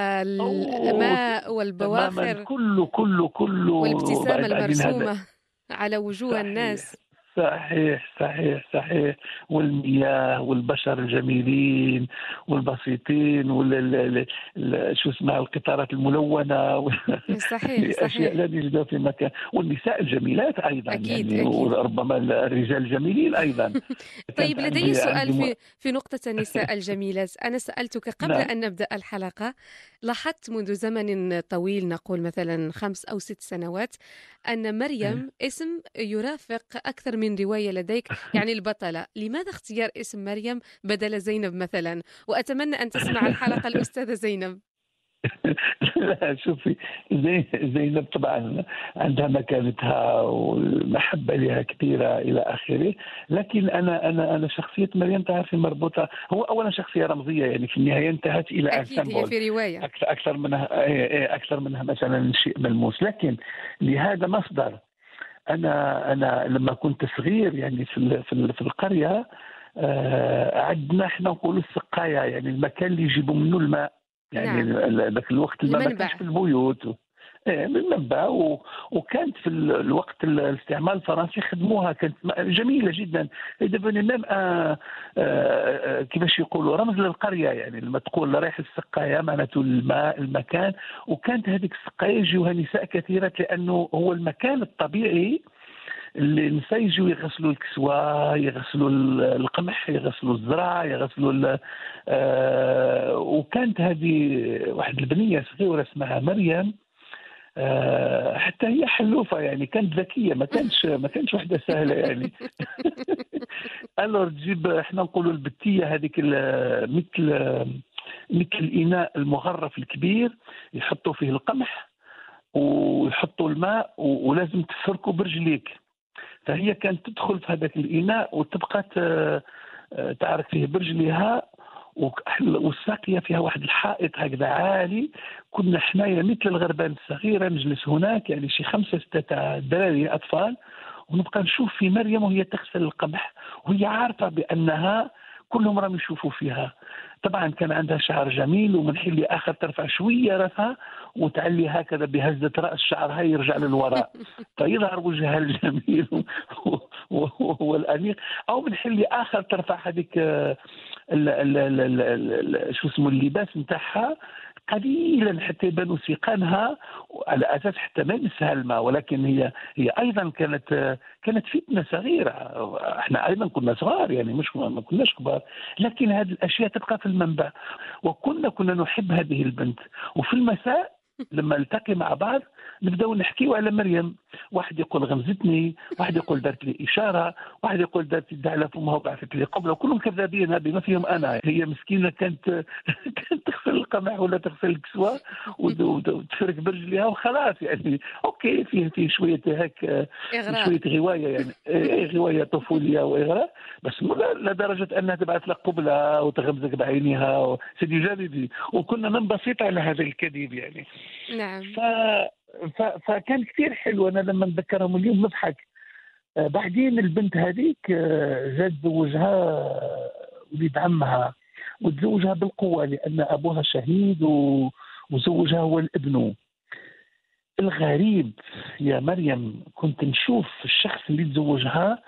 A: والماء
C: تماما،
A: والبواخر
C: كله كله كله
A: والابتسامة
C: بعدين هذا.
A: المرسومة على وجوه
C: صحيح
A: الناس.
C: صحيح صحيح صحيح. والمياه والبشر الجميلين والبسيطين وال شو اسمها القطارات الملونه
A: صحيح
C: اشياء لا
A: صحيح.
C: نجدها في مكان. والنساء الجميلات ايضا،
A: أكيد
C: يعني
A: أكيد.
C: وربما الرجال الجميلين ايضا.
A: طيب
C: كانت
A: لدي
C: عندي
A: سؤال
C: عندي م...
A: في في نقطة النساء الجميلات. أنا سألتك قبل
C: نعم.
A: أن نبدأ الحلقة، لاحظت منذ زمن طويل، نقول مثلا خمس أو ست سنوات، أن مريم اسم يرافق أكثر من رواية لديك، يعني البطلة. لماذا اختيار اسم مريم بدل زينب مثلا؟ وأتمنى أن تسمع الحلقة الأستاذة زينب.
C: لا شوفي، زي زينب طبعا عندها مكانتها والمحبه لها كبيره الى اخره، لكن انا انا انا شخصيه مريم تعرفي مربوطه، هو اولا شخصيه رمزيه، يعني في النهايه انتهت الى ان
A: أكيد هي
C: سيمبول
A: في رواية.
C: اكثر اكثر منها إيه إيه اكثر منها مثلا شيء ملموس. لكن لهذا مصدر. انا انا لما كنت صغير يعني في ال- في ال- في القريه، آه، عندنا احنا نقولوا السقايه، يعني المكان اللي يجيبوا منه الماء. يعني
A: نعم،
C: ال- ذاك الوقت الماء ما كانش
A: المنبع.
C: في البيوت، إيه، من المنبع. و- وكانت في ال- الوقت ال- الاستعمار الفرنسي خدموها، كانت م- جميله جدا. ديفوني ميم آه، آه، كيفاش يقولوا رمز للقريه، يعني لما تقول رايح السقايه معناته الماء المكان. وكانت هذيك السقايه يجوها نساء كثيرات، لانه هو المكان الطبيعي اللي النساء يجوا يغسلوا الكسوة، يغسلوا القمح، يغسلوا الزرع، يغسلوا ال- آه وكانت هذه واحد البنية صغيرة اسمها مريم، آه حتى هي حلوفة، يعني كانت ذكية، ما كانتش ما كانتش واحدة سهلة يعني. الور تجيب احنا نقولوا البتية هذيك ال- مثل مثل الإناء المغرف الكبير، يحطوا فيه القمح ويحطوا الماء و- ولازم تفركوا برجليك. فهي كانت تدخل في هذاك الإناء وتبقى ت- تعرك فيه برجليها، والساقية فيها واحد الحائط هكذا عالي. كنا حنايا مثل الغربان الصغيرة نجلس هناك، يعني شي خمسة ستة تاع دراري أطفال، ونبقى نشوف في مريم وهي تغسل القمح، وهي عارفة بأنها كلهم راهم يشوفوا فيها. طبعا كان عندها شعر جميل، ومن حين لآخر ترفع شوية راسها وتعلي هكذا بهزة رأس شعرها يرجع للوراء فيظهر وجهها الجميل والأنيق. أو من حين لآخر ترفع هذيك ال- ال- ال- ال- ال- شو اسمه اللباس نتاعها قليلا حتى يبان سيقانها، على اساس حتى ما يمسها الماء. ولكن هي هي ايضا كانت كانت فتنه صغيره، احنا ايضا كنا صغار يعني مش ما كناش كبار، لكن هذه الاشياء تبقى في المنبع. وكنا كنا نحب هذه البنت. وفي المساء لما نلتقي مع بعض نبداو نحكيو على مريم، واحد يقول غمزتني، واحد يقول دارت لي اشاره، واحد يقول دارت يدها على فمها وبعثت لي قبله، كلهم كذابين هذه ما فيهم انا. هي مسكينه كانت كانت تغسل القمح ولا تغسل الكسوه وتفرك برجليها وخلاص، يعني اوكي فيه فيه شويه هيك
A: إغراء.
C: شويه غوايه، يعني إيه غوايه طفوليه واغراء، بس مو لدرجه انها تبعث لك قبله وتغمزك بعينها سيدي جانبي. وكنا ننبسط على هذا الكذب يعني.
A: نعم.
C: ف... ف... فكان كثير حلو. انا لما نتذكرهم اليوم نضحك. آه، بعدين البنت هذيك آه، جات تزوجها وليد عمها، وتزوجها بالقوه لان ابوها شهيد و... وزوجها هو الابن. الغريب يا مريم كنت نشوف الشخص اللي تزوجها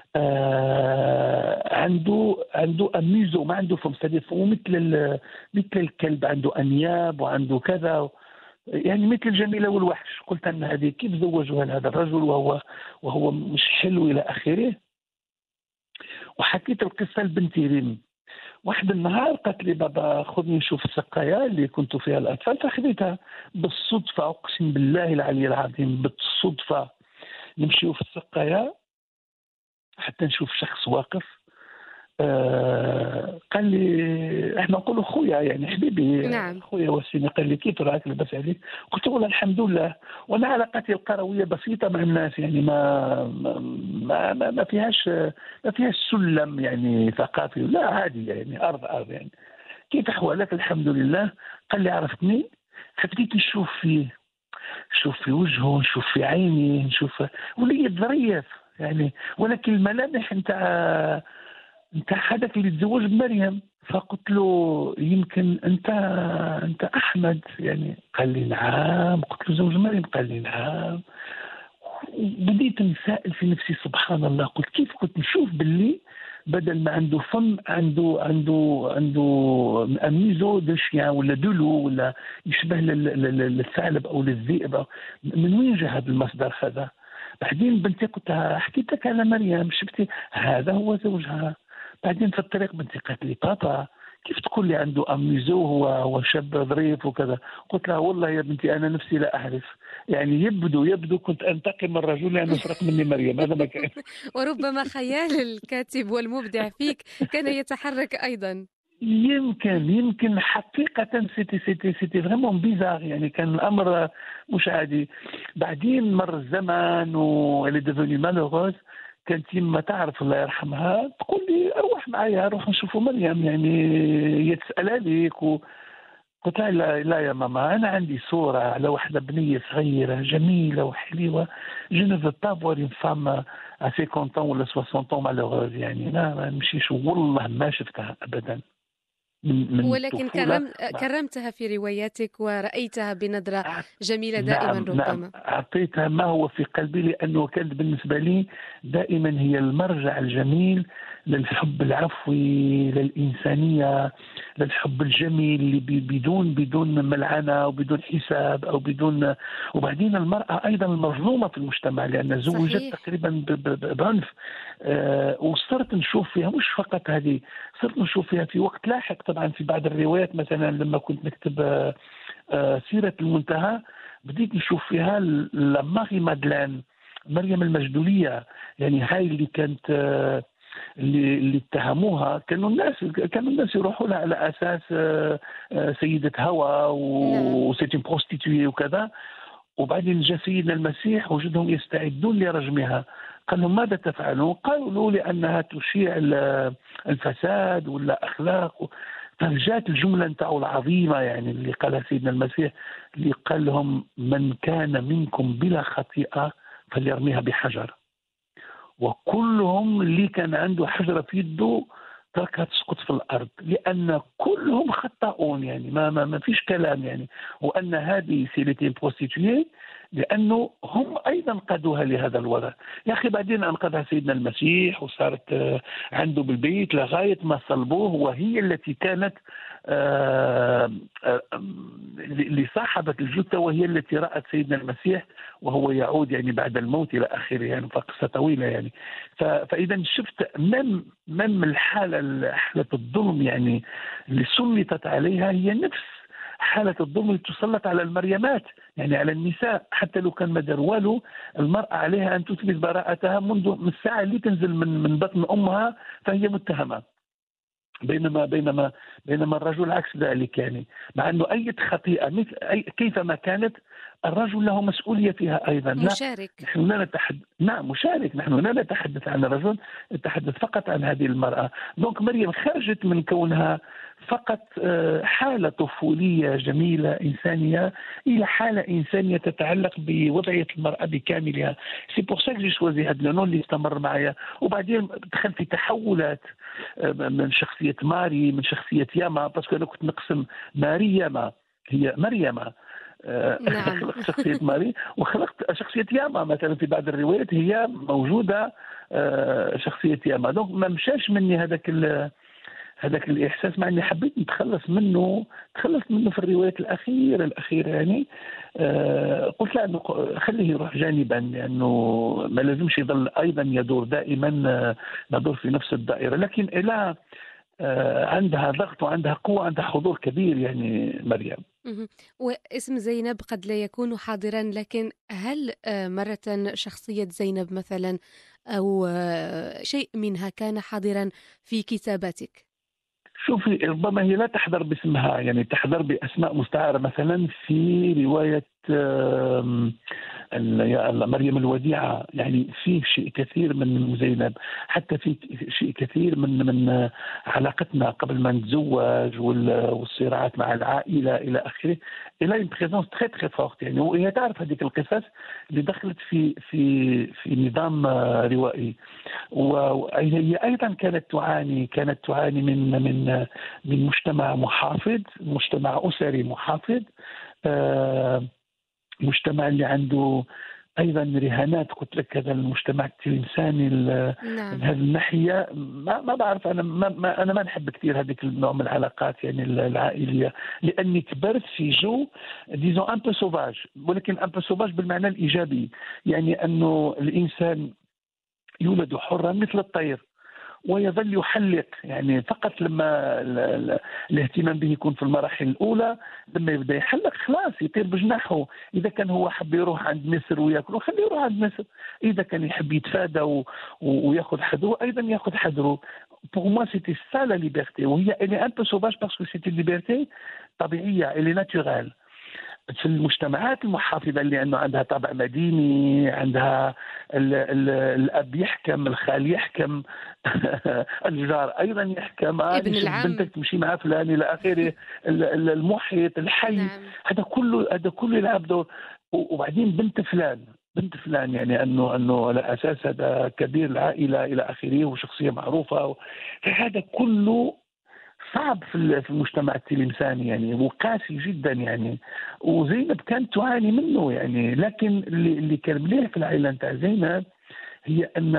C: آه عنده عنده اميزو، ما عنده فم سديد، فمه مثل ال... مثل الكلب، عنده انياب وعنده كذا، يعني مثل الجميلة والوحش. قلت أن هذه كيف زوجوها هذا الرجل وهو وهو مش حلو إلى آخره. وحكيت القصة لبنتي ريم. واحد النهار قالت لي بابا خذني نشوف السقاية اللي كنت فيها الأطفال، فخذيتها بالصدفة، أقسم بالله العلي العظيم بالصدفة نمشيو في السقاية حتى نشوف شخص واقف. آه قال لي احنا نقولوا خويا يعني حبيبي،
A: نعم.
C: خويا وسيني. قال لي كيف راك لاباس عليك؟ قلت له الحمد لله. وانا علاقتي القرويه بسيطه مع الناس، يعني ما ما ما, ما فيهاش ما فيهاش سلم يعني ثقافي، لا عادي يعني ارض ارض يعني. كيف احوالك؟ الحمد لله. قال لي عرفتني؟ فبديت نشوف فيه، نشوف في وجهه، نشوف في عيني، نشوف ولي ظريف يعني، ولكن الملامح نتاع انت هذاك اللي تزوج بمريم. فقلت له يمكن انت انت احمد يعني. قال لي نعم. قلت له زوج مريم؟ قال لي نعم. بديت نسائل في نفسي سبحان الله، قلت كيف كنت نشوف باللي بدل ما عنده فم عنده عنده عنده اميزو دو شيان ولا دولو ولا يشبه للثعلب او للذئب. من وين جاء هذا المصدر هذا؟ بعدين بنتي قلت حكيت لك على مريم، شفتي هذا هو زوجها. بعدين في الطريق بنتي قالت لي بابا كيف تقول لي عنده اميزو هو هو شاب ظريف وكذا؟ قلت لها والله يا بنتي انا نفسي لا اعرف، يعني يبدو يبدو كنت انتقم من الرجل لانه سرق مني مريم، هذا ما كان.
A: وربما خيال الكاتب والمبدع فيك كان يتحرك أيضا.
C: يمكن يمكن حقيقة سيتي سيتي سيتي فريمون بيزار يعني، كان الأمر مش عادي. بعدين مر الزمن واللي ديفوني مالوغوز. كانت يما تعرف الله يرحمها تقول لي اروح معايا نروح نشوفوا مريم، يعني هي تسأل عليك و... قلت لها لا, لا يا ماما انا عندي صورة على واحدة بنية صغيرة جميلة وحلوة، جو نو فو با فوار اون فام ا cinquante ans ولا soixante ans malheureuse يعني. لا ما نمشيش والله ما شفتها ابدا من من
A: ولكن
C: الطفولة.
A: كرم كرمتها في رواياتك ورأيتها بنظرة جميلة دائما
C: نعم نعم
A: ربما.
C: أعطيتها ما هو في قلبي، لأنه كانت بالنسبة لي دائما هي المرجع الجميل للحب العفوي، للإنسانية، للحب الجميل اللي بدون بدون ملعنة وبدون حساب أو بدون. وبعدين المرأة أيضا المظلومة في المجتمع لأن زوجت
A: صحيح.
C: تقريبا بعنف. أه وصرت نشوف فيها مش فقط هذه، صرت نشوف فيها في وقت لاحق طبعا في بعض الروايات. مثلا لما كنت نكتب أه سيرة المنتهى بديت نشوف فيها لماغي مادلين مريم المجدولية، يعني هاي اللي كانت اللي اللي اتهموها كانوا الناس كانوا الناس يروحوا لها على اساس سيدة هوى وسيتي بروستيتوي وكذا. وبعدين جاء سيدنا المسيح وجدهم يستعدون لرجمها. قال لهم ماذا تفعلون؟ قالوا له لانها تشيع الفساد ولا اخلاق. فجاءت الجمله نتاعو العظيمه يعني اللي قالها سيدنا المسيح، اللي قال لهم من كان منكم بلا خطيئه فليرميها بحجر. وكلهم اللي كان عنده حجره في يده تركها تسقط في الارض، لان كلهم خطاؤون يعني ما ما, ما فيش كلام يعني. وان هذه سيلتين بروستيتوي لانه هم ايضا قادوها لهذا الوضع. يا اخي بعدين انقذها سيدنا المسيح وصارت عنده بالبيت لغايه ما صلبوه، وهي التي كانت لصاحبه الجثه، وهي التي رات سيدنا المسيح وهو يعود يعني بعد الموت الى اخره يعني. فقصه طويله يعني. فاذا شفت من من الحاله حاله الظلم يعني اللي سلطت عليها هي نفس حالة الظلم اللي تسلط على المريمات يعني على النساء. حتى لو كان ما دار والو المرأة عليها أن تثبت براءتها منذ من الساعة اللي تنزل من من بطن أمها فهي متهمة. بينما بينما بينما الرجل عكس ذلك يعني، مع أنه أي خطيئة مثل أي كيفما كانت الرجل له مسؤولية فيها أيضا.
A: مشارك.
C: لا نحن لا نتحدث نعم مشارك، نحن لا نتحدث عن الرجل، نتحدث فقط عن هذه المرأة. دونك مريم خرجت من كونها فقط حالة طفولية جميلة إنسانية إلى حالة إنسانية تتعلق بوضعية المرأة بكاملها. سي بور سا كو جي شوازي هذا لونون اللي استمر معايا. وبعدين دخلت في تحولات من شخصية ماري من شخصية ياما، باسكو أنا كنت نقسم ماري ياما هي مريم.
A: نعم.
C: خلقت شخصية ماري وخلقت شخصية ياما مثلا في بعض الروايات هي موجودة شخصية ياما. دونك ما مشاش مني هذاك هذاك الإحساس مع إني حبيت نتخلص منه، تخلصت منه في الروايات الأخيرة الأخيرة يعني. آه قلت لا، إنه خليه يروح جانبا، لأنه ما لازمش يظل أيضا يدور دائما، آه، ندور في نفس الدائرة. لكن إلى آه عندها ضغط وعندها قوة، عندها حضور كبير يعني مريم.
A: مهم. واسم زينب قد لا يكون حاضرا، لكن هل آه، مرة شخصية زينب مثلا أو آه، شيء منها كان حاضرا في كتاباتك؟
C: شوفي، ربما هي لا تحضر باسمها، يعني تحضر بأسماء مستعارة. مثلا في رواية آم، ال- يا الله مريم الوديعة، يعني فيه شيء كثير من زينب، حتى في شيء كثير من من علاقتنا قبل ما نتزوج وال- والصراعات مع العائلة إلى آخره. إلى une présence très très forte يعني. وهي تعرف هذيك القصص اللي دخلت في في في نظام آه، روائي. وهي ايضا كانت تعاني كانت تعاني من من من مجتمع محافظ، مجتمع اسري محافظ، آه، مجتمع اللي عنده ايضا رهانات. قلت لك هذا المجتمع التلمساني ال- من
A: نعم.
C: هذه الناحيه. ما, ما بعرف انا، ما, ما انا ما نحب كثير هذيك النوع من العلاقات يعني العائليه، لاني كبرت في جو ديزون ان بو سوفاج، ولكن ان بو سوفاج بالمعنى الايجابي. يعني انه الانسان يولد حرا مثل الطير ويظل يحلق، يعني فقط لما ال- ال- الاهتمام به يكون في المراحل الأولى. لما يبدأ يحلق خلاص يطير بجناحه. إذا كان هو حب يروح عند مصر ويأكل، خليه يروح عند مصر. إذا كان يحب يتفادى و- و- ويأخذ حذره، أيضا يأخذ حذره. Pour moi, c'était ça la liberté. وهي elle est un peu sauvage parce que c'est une liberté طبيعية، elle est naturelle. في المجتمعات المحافظة اللي أنه عندها طابع مديني، عندها ال ال الأب يحكم، الخال يحكم، الجار أيضا يحكم، آه
A: ابن
C: نشوف
A: العم.
C: بنتك تمشي مع فلان إلى آخره. ال- ال- المحيط، الحي،
A: نعم.
C: هذا كله هذا كله يلعب دور. وبعدين بنت فلان بنت فلان يعني انه انه على اساس هذا كبير العائله الى اخره وشخصيه معروفه. فهذا كله صعب في في المجتمع التلمساني يعني، وقاسي جدا يعني. وزينب كانت تعاني منه يعني. لكن اللي, اللي كان مليح في العائله نتاع زينب هي ان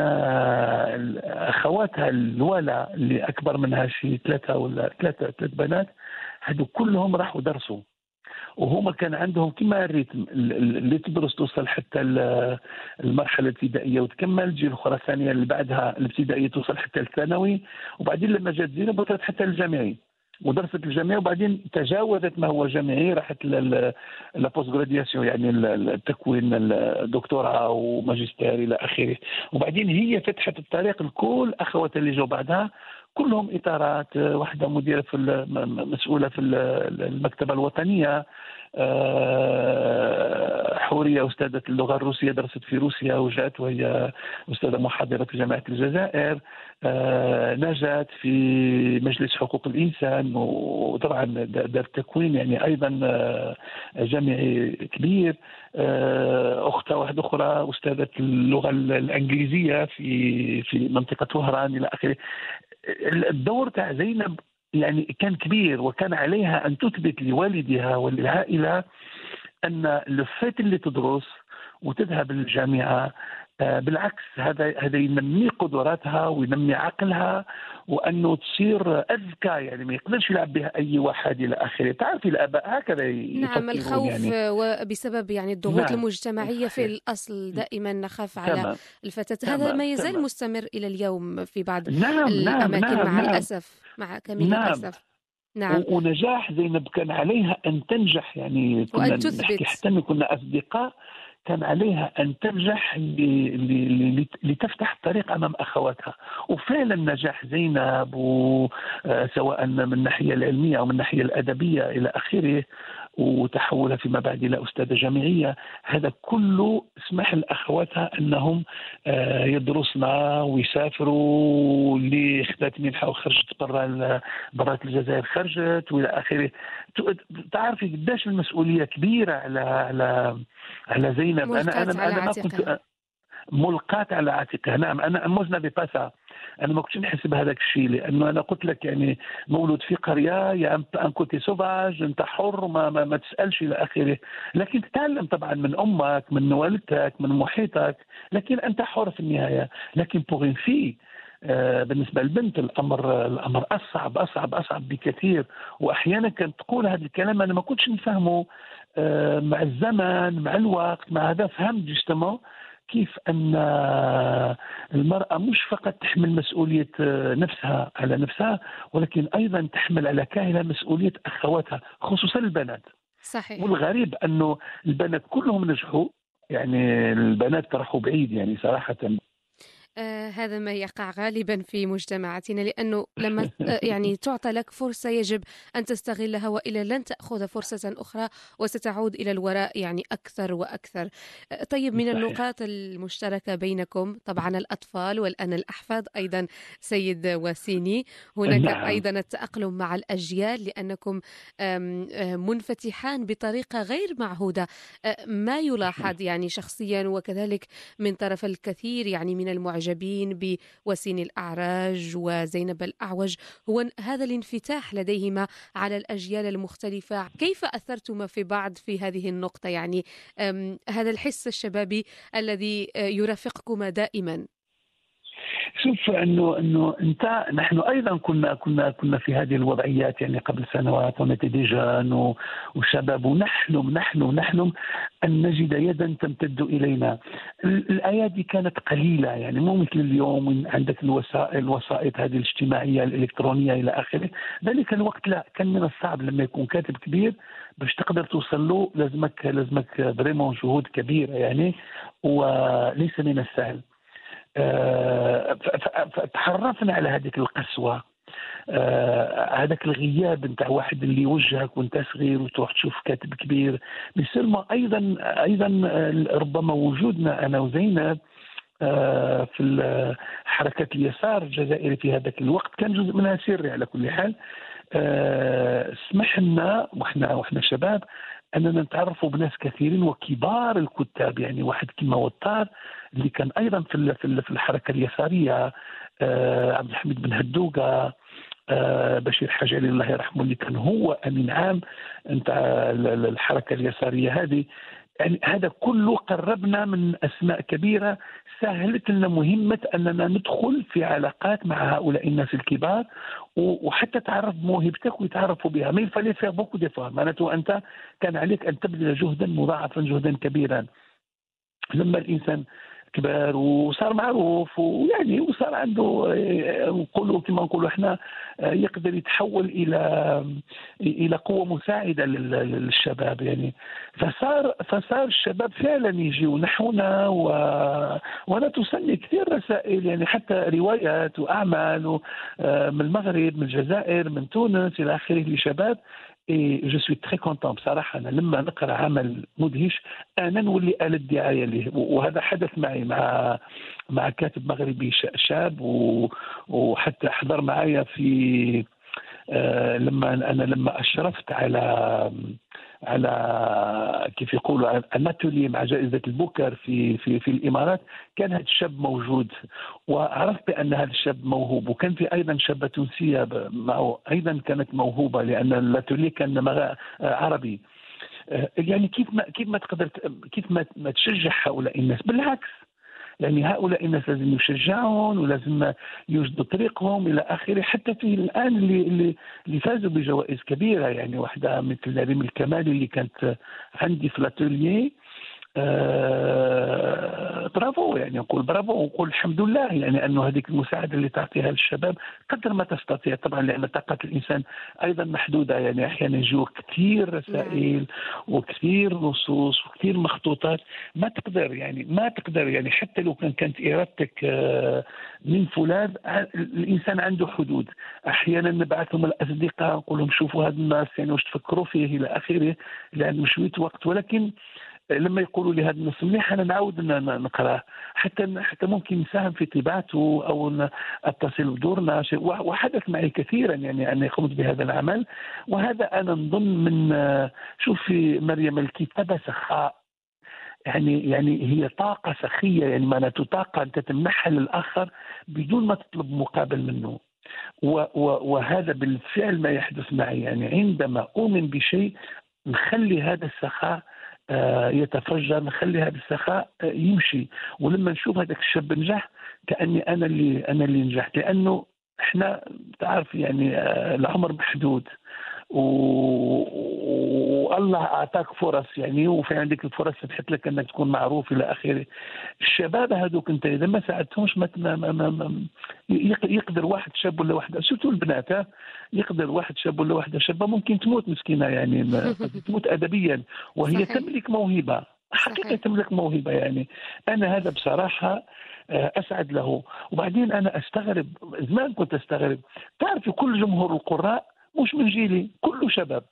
C: اخواتها الوالة اللي اكبر منها شيء ثلاثه ولا ثلاثه ثلاث بنات، هذو كلهم راحوا درسوا. وهما كان عندهم كما الريتم اللي تدرس توصل حتى المرحله الابتدائيه وتكمل، تجي الاخرى الثانيه اللي بعدها الابتدائيه توصل حتى الثانوي، وبعدين لما جات زينب وصلت حتى الجامعي ودرست الجامعه، وبعدين تجاوزت ما هو جامعي، راحت لابوست جرادياسيون يعني التكوين الدكتوراه وماجستير الى اخره. وبعدين هي فتحت الطريق لكل اخواتها اللي جو بعدها، كلهم اطارات. واحده مديره في مسؤوله في المكتبه الوطنيه، حوريه استاذه اللغه الروسيه، درست في روسيا وجات وهي استاذه محاضره في جامعه الجزائر، نجات في مجلس حقوق الانسان، وطبعا دار تكوين يعني ايضا جامعي كبير. اختها واحده اخرى استاذه اللغه الانجليزيه في في منطقه وهران الى اخره. الدور تاع زينب يعني كان كبير، وكان عليها أن تثبت لوالدها وللعائلة أن لفات اللي تدرس وتذهب للجامعة بالعكس، هذا هذا ينمي قدراتها وينمي عقلها، وانه تصير اذكى يعني. ما يقدرش يلعب بها اي واحد الى اخره. تعرفي الاباء هكذا يفكرون.
A: نعم، الخوف
C: يعني
A: وبسبب يعني الضغوط
C: نعم
A: المجتمعية في
C: صحيح.
A: الأصل دائما نخاف على
C: تمام
A: الفتاة. هذا
C: تمام
A: ما يزال
C: تمام.
A: مستمر إلى اليوم في بعض
C: نعم نعم
A: الأماكن
C: نعم
A: مع
C: نعم
A: الأسف، مع كامل
C: نعم.
A: الأسف. نعم.
C: ونجاح زينب كان عليها أن تنجح يعني. كنا
A: وأن
C: نحكي
A: تثبت.
C: حتى من كنا أصدقاء، كان عليها أن تنجح لتفتح الطريق أمام أخواتها. وفعلا نجاح زينب، سواء من الناحية العلمية أو من الناحية الأدبية إلى آخره، وتحولها فيما بعد إلى أستاذة جامعية، هذا كله سمح لأخواتها أنهم يدرسن ويسافروا. اللي خذت منحة وخرجت برا برات الجزائر خرجت وإلى آخره. تعرفي قداش المسؤولية كبيرة على على على زينب. أنا أنا
A: على
C: أنا ما كنت ملقاة على عاتقها. نعم أنا موزنا بباسا، أنا ما كنتش نحس بهذاك الشيء، لأنه أنا قلت لك يعني مولود في قرية، يا أن كنت سوفاج، أنت حر، ما, ما, ما تسألش إلى آخره. لكن تتعلم طبعا من أمك، من والدتك، من محيطك، لكن أنت حر في النهاية. لكن بوغ اون في بالنسبة للبنت الأمر الأمر أصعب أصعب أصعب بكثير. وأحيانا كانت تقول هذا الكلام أنا ما كنتش نفهمه، مع الزمن مع الوقت مع هذا فهمت جستمو كيف أن المرأة مش فقط تحمل مسؤولية نفسها على نفسها، ولكن أيضا تحمل على كاهلها مسؤولية أخواتها خصوصا البنات.
A: صحيح.
C: والغريب أنه البنات كلهم نجحوا، يعني البنات راحوا بعيد يعني صراحة.
A: آه هذا ما يقع غالبا في مجتمعاتنا، لأنه لما آه يعني تعطى لك فرصة يجب أن تستغلها، وإلا لن تأخذ فرصة أخرى وستعود إلى الوراء يعني أكثر وأكثر. آه طيب، من
C: صحيح.
A: النقاط المشتركة بينكم طبعا الأطفال والآن الأحفاد أيضا سيد وسيني، هناك
C: نعم.
A: أيضا التأقلم مع الأجيال لأنكم آم آم منفتحان بطريقة غير معهودة. آه ما يلاحظ يعني شخصيا وكذلك من طرف الكثير يعني من المعجبين بوسين الأعراج وزينب الأعوج هو هذا الانفتاح لديهما على الأجيال المختلفة. كيف أثرتما في بعض في هذه النقطة، يعني هذا الحس الشبابي الذي يرافقكما دائما؟
C: شوف انه انه انت نحن ايضا كنا كنا كنا في هذه الوضعيات يعني قبل سنوات ونتيجان وشباب، ونحلم نحلم نحلم ان نجد يدا تمتد الينا. الايادي كانت قليله، يعني مو مثل اليوم عندك الوسائل الوسائط هذه الاجتماعيه الالكترونيه الى اخره. ذلك الوقت لا، كان من الصعب لما يكون كاتب كبير باش تقدر توصل له لازمك لازمك فريمون جهود كبيره يعني، وليس من السهل. فتحرفنا على هذه القسوة، هذاك الغياب نتاع واحد اللي يوجهك وانت صغير وتروح تشوف كاتب كبير. بسلمى ايضا ايضا ربما وجودنا انا وزينب في حركة اليسار الجزائري في هذاك الوقت كان جزء منها سري على كل حال. سمح لنا واحنا واحنا شباب اننا نتعرفوا بناس كثيرين وكبار الكتاب، يعني واحد كما وطار اللي كان ايضا في في الحركه اليساريه، عبد الحميد بن هدوقه، بشير حجالي الله يرحمه اللي كان هو امين عام نتاع الحركه اليساريه هذه. يعني هذا كله قربنا من أسماء كبيرة، سهلت لنا مهمة أننا ندخل في علاقات مع هؤلاء الناس الكبار وحتى تعرف موهبتك ويتعرفوا بها. ما يفعل فيها بوكو ديفار، معناته أنت كان عليك أن تبذل جهدا مضاعفا جهدا كبيرا. لما الإنسان كبار وصار معروف ويعني وصار عنده نقولوا كما نقولوا احنا يقدر يتحول الى الى قوه مساعده للشباب يعني. فصار فصار الشباب فعلا يجيوا نحونا و... وانا توصلني كثير رسائل يعني حتى روايات واعمال من المغرب من الجزائر من تونس الى اخره لشباب. اي جو سوي تري كونتون بصراحه. انا لما نقرا عمل مدهش انا نولي آلة دعايه له، وهذا حدث معي مع مع كاتب مغربي شاب، وحتى حضر معايا في آه لما انا لما اشرفت على على كيف يقولوا الاتولي مع جائزه البوكر في في في الامارات. كان هذا الشاب موجود وعرفت بان هذا الشاب موهوب، وكان في ايضا شابه تونسيه معه ايضا كانت موهوبه لان الاتولي كان عربي. يعني كيف ما كيف ما تقدر كيف ما, ما تشجع هؤلاء الناس، بالعكس يعني هؤلاء الناس لازم يشجعون ولازم يوجدوا طريقهم الى اخره. حتى في الان اللي اللي, اللي فازوا بجوائز كبيره، يعني واحده مثل ريم الكمالي اللي كانت عندي في الاتوليي. آه برافو، يعني نقول برافو ونقول الحمد لله يعني انه هذيك المساعده اللي تعطيها للشباب قدر ما تستطيع، طبعا لان طاقه الانسان ايضا محدوده، يعني احيانا يجوا كثير رسائل وكثير نصوص وكثير مخطوطات ما تقدر يعني ما تقدر يعني حتى لو كان كانت ارادتك آه من فلان، الانسان عنده حدود. احيانا نبعث لهم الاصدقاء نقول لهم شوفوا هذا الناس يعني واش تفكروا فيه الى اخره لانه شويه وقت، ولكن لما يقولوا لي هذا النص مليح انا نعاود نقراه، حتى حتى ممكن نساهم في طباعته او اتصل بدورنا. وحدث معي كثيرا يعني اني قمت بهذا العمل، وهذا انا نظن من شوف في مريم الكتابه سخاء، يعني يعني هي طاقه سخيه، يعني معناته طاقه انت تمنحها للاخر بدون ما تطلب مقابل منه. وهذا بالفعل ما يحدث معي، يعني عندما اؤمن بشيء نخلي هذا السخاء يتفجر، نخلي هذا السخاء يمشي. ولما نشوف هذاك الشاب نجح كأني أنا اللي أنا اللي نجحت، لأنه احنا تعرف يعني العمر محدود، والله اعطاك فرص يعني، وفي عندك الفرص فتحت لك انك تكون معروف الى اخره. الشباب هذوك انت اذا ما ساعدتهمش ما ما ما ما يقدر واحد شاب ولا واحده، سورتو البنات، يقدر واحد شاب ولا واحده شابه ممكن تموت مسكينه يعني، تموت ادبيا وهي صحيح. تملك موهبه حقيقه، تملك موهبه يعني. انا هذا بصراحه اسعد له. وبعدين انا استغرب، زمان كنت استغرب، تعرف كل جمهور القراء مش من جيلي، كله شباب.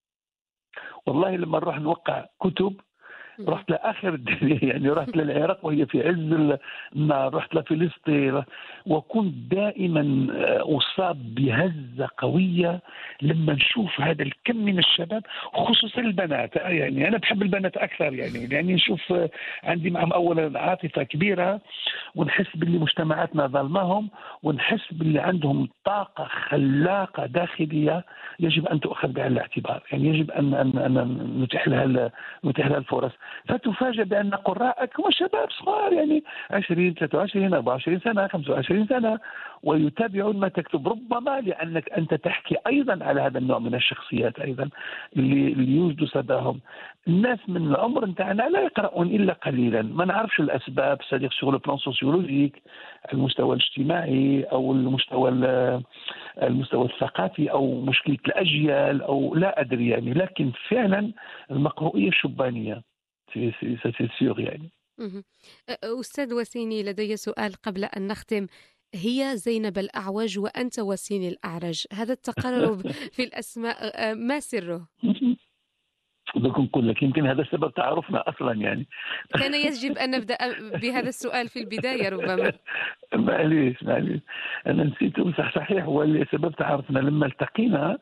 C: والله لما نروح نوقع كتب رحت لاخر الدنيا يعني، رحت للعراق وهي في عز النار، رحت لفلسطين، وكنت دائما اصاب بهزه قويه لما نشوف هذا الكم من الشباب، خصوصا البنات. يعني انا بحب البنات اكثر يعني، يعني نشوف عندي معهم اولا عاطفه كبيره، ونحس باللي مجتمعاتنا ظلمهم، ونحس باللي عندهم طاقه خلاقه داخليه يجب ان تؤخذ بعين الاعتبار، يعني يجب ان ان, أن نتيح لها نتيح لها الفرص. فتفاجأ بأن قراءك هم شباب صغار يعني عشرين ثلاثة وعشرين أربعة وعشرين سنة خمسة وعشرين سنة، ويتابعون ما تكتب، ربما لأنك أنت تحكي أيضا على هذا النوع من الشخصيات أيضا اللي, اللي يوجدوا صداهم. الناس من العمر نتاعنا لا يقرؤون إلا قليلا، ما نعرفش الأسباب، صديق سور البلان سوسيولوجيك، المستوى الاجتماعي أو المستوى المستوى الثقافي أو مشكلة الأجيال أو لا أدري يعني، لكن فعلا المقروئية الشبانية سي سيغ يعني.
A: أستاذ وسيني، لدي سؤال قبل أن نختم. هي زينب الأعوج وأنت وسيني الأعرج، هذا التقارب في الأسماء ما سره؟
C: بدكم نقول لك يمكن هذا سبب تعارفنا أصلا يعني.
A: كان يجب أن نبدأ بهذا السؤال في البداية ربما.
C: معليش معليش أنا نسيته، صح صحيح، هو اللي سبب تعارفنا لما التقينا.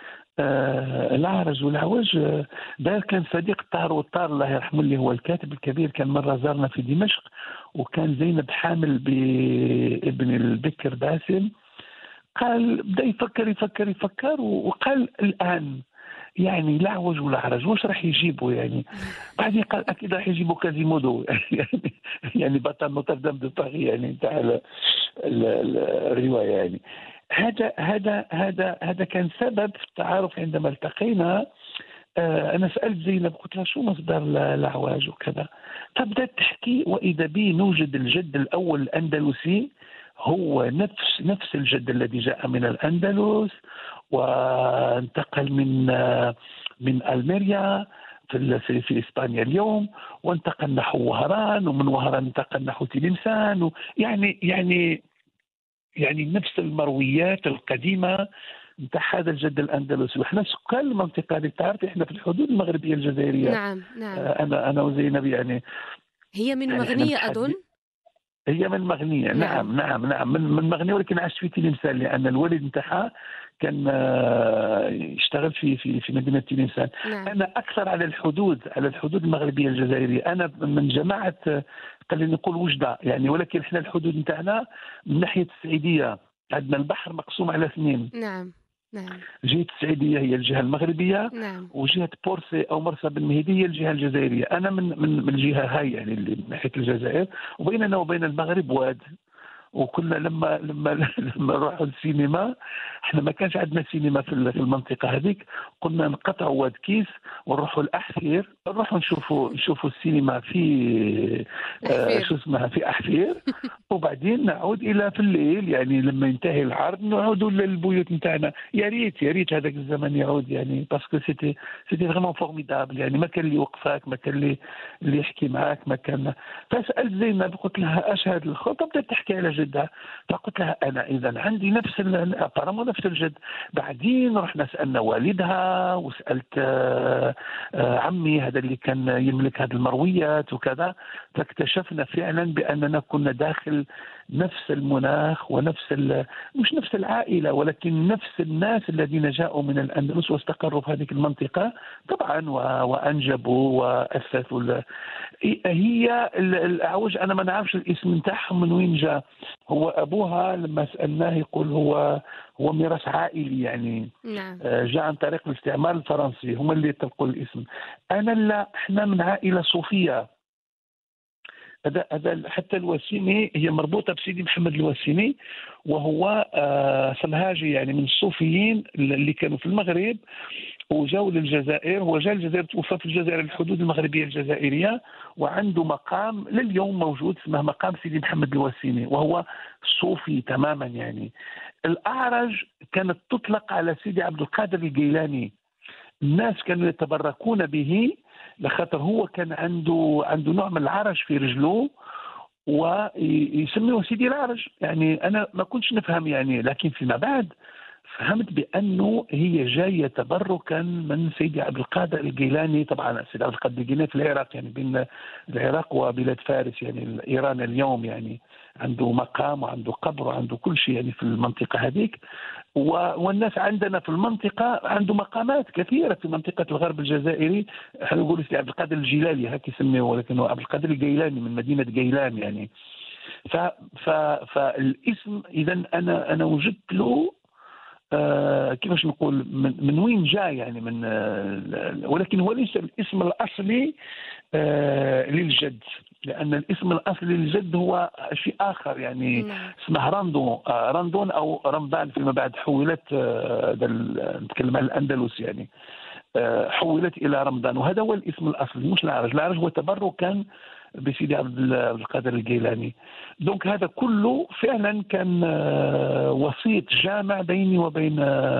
C: آه الأعرج والعوج آه ده كان صديق طار، والطار الله يرحمه اللي هو الكاتب الكبير، كان مرة زارنا في دمشق، وكان زينب حامل بابن البكر باسم. قال بدا يفكر يفكر يفكر وقال الآن يعني الأعوج والأعرج واش راح يجيبوا يعني؟ بعدين قال أكيد راح يجيبوا كازيمودو يعني يعني بطل نوتردام دو باري يعني نتاع الرواية يعني. هذا هذا هذا هذا كان سبب في التعارف. عندما التقينا آه انا سالت زينب، قلت لها شو مصدر الاعواج وكذا، فبدات تحكي، واذا بي نوجد الجد الاول الاندلسي هو نفس نفس الجد الذي جاء من الاندلس وانتقل من آه من الميريا في في اسبانيا اليوم، وانتقل نحو وهران، ومن وهران انتقل نحو تلمسان، يعني يعني يعني نفس المرويات القديمة نتاع هذا الجد الأندلسي. وإحنا سكان المنطقة اللي تعرف إحنا في الحدود المغربية الجزائرية.
A: نعم نعم.
C: أنا أنا وزينب يعني.
A: هي من يعني مغنية أظن.
C: هي من مغنية. نعم نعم نعم, نعم. من من مغنية، ولكن عشت في تلمسان لأن الوالد نتاعها كان يشتغل في في في مدينة تلمسان. نعم. أنا أكثر على الحدود على الحدود المغربية الجزائرية. أنا من جماعة خلينا نقول وجدة يعني، ولكن احنا الحدود نتاعنا من ناحية السعيدية، عندنا البحر مقسوم على اثنين.
A: نعم نعم.
C: جهة السعيدية هي الجهة المغربية.
A: نعم.
C: وجهة بورسي أو مرسى بن مهدي هي الجهة الجزائرية. أنا من من من الجهة هاي يعني اللي من ناحية الجزائر، وبيننا وبين المغرب واد. وكنا لما لما لما نروحوا السينما، احنا ما كانش عندنا سينما في المنطقه هذيك، قلنا نقطعوا واد كيس ونروحوا الاحفير، نروحوا نشوفوا نشوفوا السينما في آه شو اسمها في احفير وبعدين نعود الى في الليل يعني لما ينتهي العرض نعودوا للبيوت نتاعنا. يا ريت يا ريت هذاك الزمن يعود يعني، باسكو سيتي سيتي فريمون فورميدابل يعني. ما كان اللي يوقفك، ما كان اللي اللي يحكي معاك، ما كان. فسالت زينب قلت لها اش هذا الخطب؟ بدات تحكي على جدها، فقلت لها انا اذا عندي نفس الابارامو نفس الجد. بعدين رحنا سالنا والدها وسالت آه آه عمي هذا اللي كان يملك هذه المرويات وكذا، فاكتشفنا فعلا باننا كنا داخل نفس المناخ ونفس مش نفس العائله، ولكن نفس الناس الذين جاءوا من الاندلس واستقروا في هذه المنطقه طبعا وانجبوا واسسوا. هي الاعوج انا ما نعرفش الاسم نتاعهم من وين جاء، هو أبوها لما سألناه يقول هو هو ميراث عائلي يعني.
A: نعم.
C: جاء عن طريق الاستعمار الفرنسي، هم اللي طلقوا الاسم. أنا لا، إحنا من عائلة صوفية. هذا هذا حتى الوسيمي هي مربوطة بسيدي محمد الوسيمي، وهو صلهاجي يعني من الصوفيين اللي كانوا في المغرب وجاوا للجزائر. هو جاء الجزائر، توفى في الجزائر الحدود المغربية الجزائرية، وعنده مقام لليوم موجود اسمه مقام سيدي محمد الوسيمي، وهو صوفي تماما يعني. الأعرج كانت تطلق على سيدي عبد القادر الجيلاني. الناس كانوا يتبركون به لخاطر هو كان عنده عنده نوع من العرج في رجله، ويسميه سيدي العرج. يعني أنا ما كنتش نفهم يعني، لكن فيما بعد فهمت بأنه هي جاية تبركا من سيدي عبد القادر الجيلاني. طبعا سيدي عبد القادر الجيلاني في العراق، يعني بين العراق وبلاد فارس، يعني إيران اليوم، يعني عنده مقام وعنده قبر وعنده كل شيء يعني في المنطقة هذيك. والناس عندنا في المنطقة عنده مقامات كثيرة في منطقة الغرب الجزائري. احنا نقول سيدي عبد القادر الجيلاني هكا يسميه، ولكن هو عبد القادر الجيلاني من مدينة جيلان يعني. ف ف فالاسم إذا أنا أنا وجدت له آه كيفاش نقول من, من وين جاء يعني من آه ولكن هو ليس الاسم الأصلي آه للجد، لأن الاسم الأصلي للجد هو شيء آخر يعني.
A: نعم.
C: اسمه راندون آه راندون أو رمضان، فيما بعد حولت آه نتكلم عن الأندلس يعني، آه حولت إلى رمضان، وهذا هو الاسم الأصلي مش العرج. العرج هو تبركا بسيدي عبد القادر الجيلاني. دونك هذا كله فعلا كان وسيط جامع بيني وبين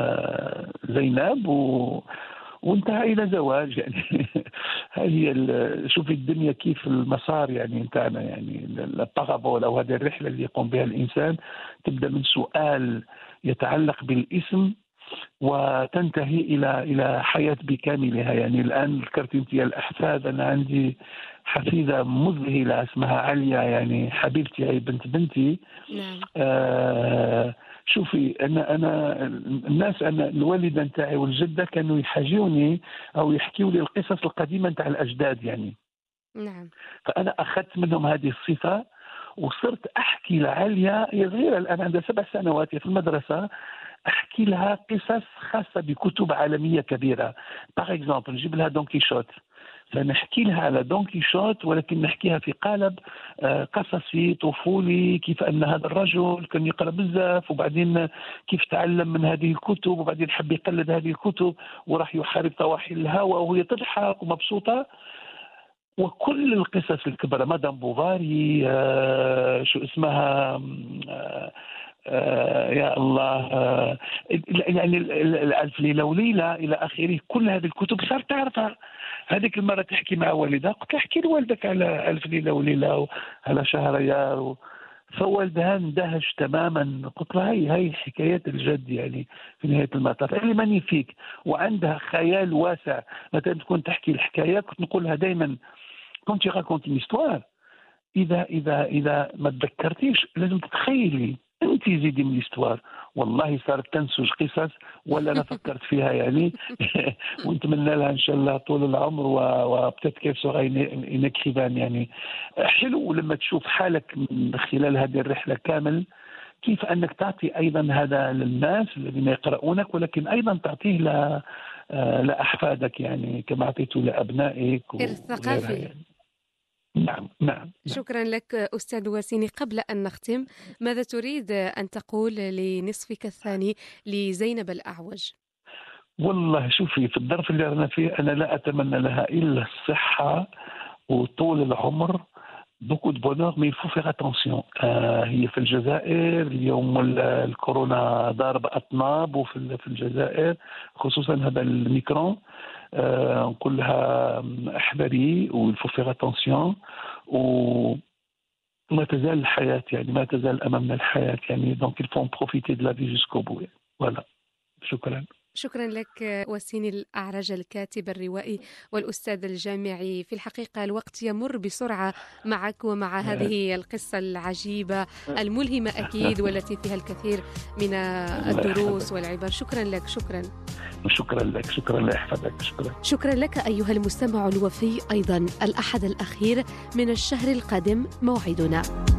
C: زينب و... وانتهى الى زواج يعني. هذه شوفي الدنيا كيف المسار يعني نتاعنا يعني. البارابول او هذه الرحله اللي يقوم بها الانسان تبدا من سؤال يتعلق بالاسم وتنتهي الى الى حياه بكاملها يعني. الان ذكرت انت الاحفاد، انا عندي حفيده مذهله اسمها عليا يعني حبيبتي، اي بنت بنتي.
A: نعم.
C: آه شوفي انا انا الناس، انا الوالده نتاعي والجده كانوا يحاجوني او يحكيوا لي القصص القديمه نتاع الاجداد يعني.
A: نعم.
C: فانا اخذت منهم هذه الصفه وصرت احكي لعليا، هي صغيره الان عندها سبع سنوات في المدرسه، احكي لها قصص خاصه بكتب عالميه كبيره. باغ اكزومبل نجيب لها دون كيشوت، فنحكي لها على دون كيشوت ولكن نحكيها في قالب قصصي طفولي، كيف ان هذا الرجل كان يقرا بزاف وبعدين كيف تعلم من هذه الكتب وبعدين حب يقلد هذه الكتب وراح يحارب طواحي الهوى وهي تضحك ومبسوطه. وكل القصص الكبرى، مدام بوفاري آه شو اسمها آه آه يا الله آه يعني الألف ليلة وليلة إلى آخره، كل هذه الكتب صارت تعرفها. هذيك المرة تحكي مع والدها، قلت لها احكي لوالدك على ألف ليلة وليلة وعلى شهريار و... فوالدها اندهش تماما. قلت لها هي هي حكايات الجد يعني في نهاية المطاف، اللي ماني فيك وعندها خيال واسع. مثلا تكون تحكي الحكاية، كنت نقولها دائما كنت راكونتي ميستوار، إذا إذا إذا ما تذكرتيش لازم تتخيلي انت زيدي من الاستوار. والله صارت تنسج قصص ولا انا فكرت فيها يعني. ونتمنى لها ان شاء الله طول العمر وبتت كيف سوغا ينكخيبان يعني. حلو لما تشوف حالك من خلال هذه الرحله كامل، كيف انك تعطي ايضا هذا للناس الذين يقرؤونك، ولكن ايضا تعطيه ل لاحفادك يعني كما اعطيته لابنائك
A: إرث ثقافي
C: يعني. نعم نعم.
A: شكرا لك أستاذ واسيني. قبل أن نختم، ماذا تريد أن تقول لنصفك الثاني لزينب الأعوج؟
C: والله شوفي في الظرف اللي أنا فيه أنا لا أتمنى لها إلا الصحة وطول العمر. beaucoup de bonheur mais il faut faire attention. آه هي في الجزائر اليوم الكورونا ضارب أطناب وفي في الجزائر خصوصا هذا الميكرون. آه نقول لها احذري و il faut faire attention وما تزال الحياة يعني ما تزال أمامنا الحياة يعني. donc il faut en profiter de la vie jusqu'au bout. voilà. شكرا.
A: شكرا لك واسيني الأعرج، الكاتب الروائي والأستاذ الجامعي. في الحقيقة الوقت يمر بسرعة معك ومع هذه القصة العجيبة الملهمة أكيد، والتي فيها الكثير من الدروس والعبر. شكرا لك. شكرا
C: شكرا لك. شكرا الله يحفظك. شكرا.
A: شكرا لك أيها المستمع الوفي. أيضا الأحد الأخير من الشهر القادم موعدنا.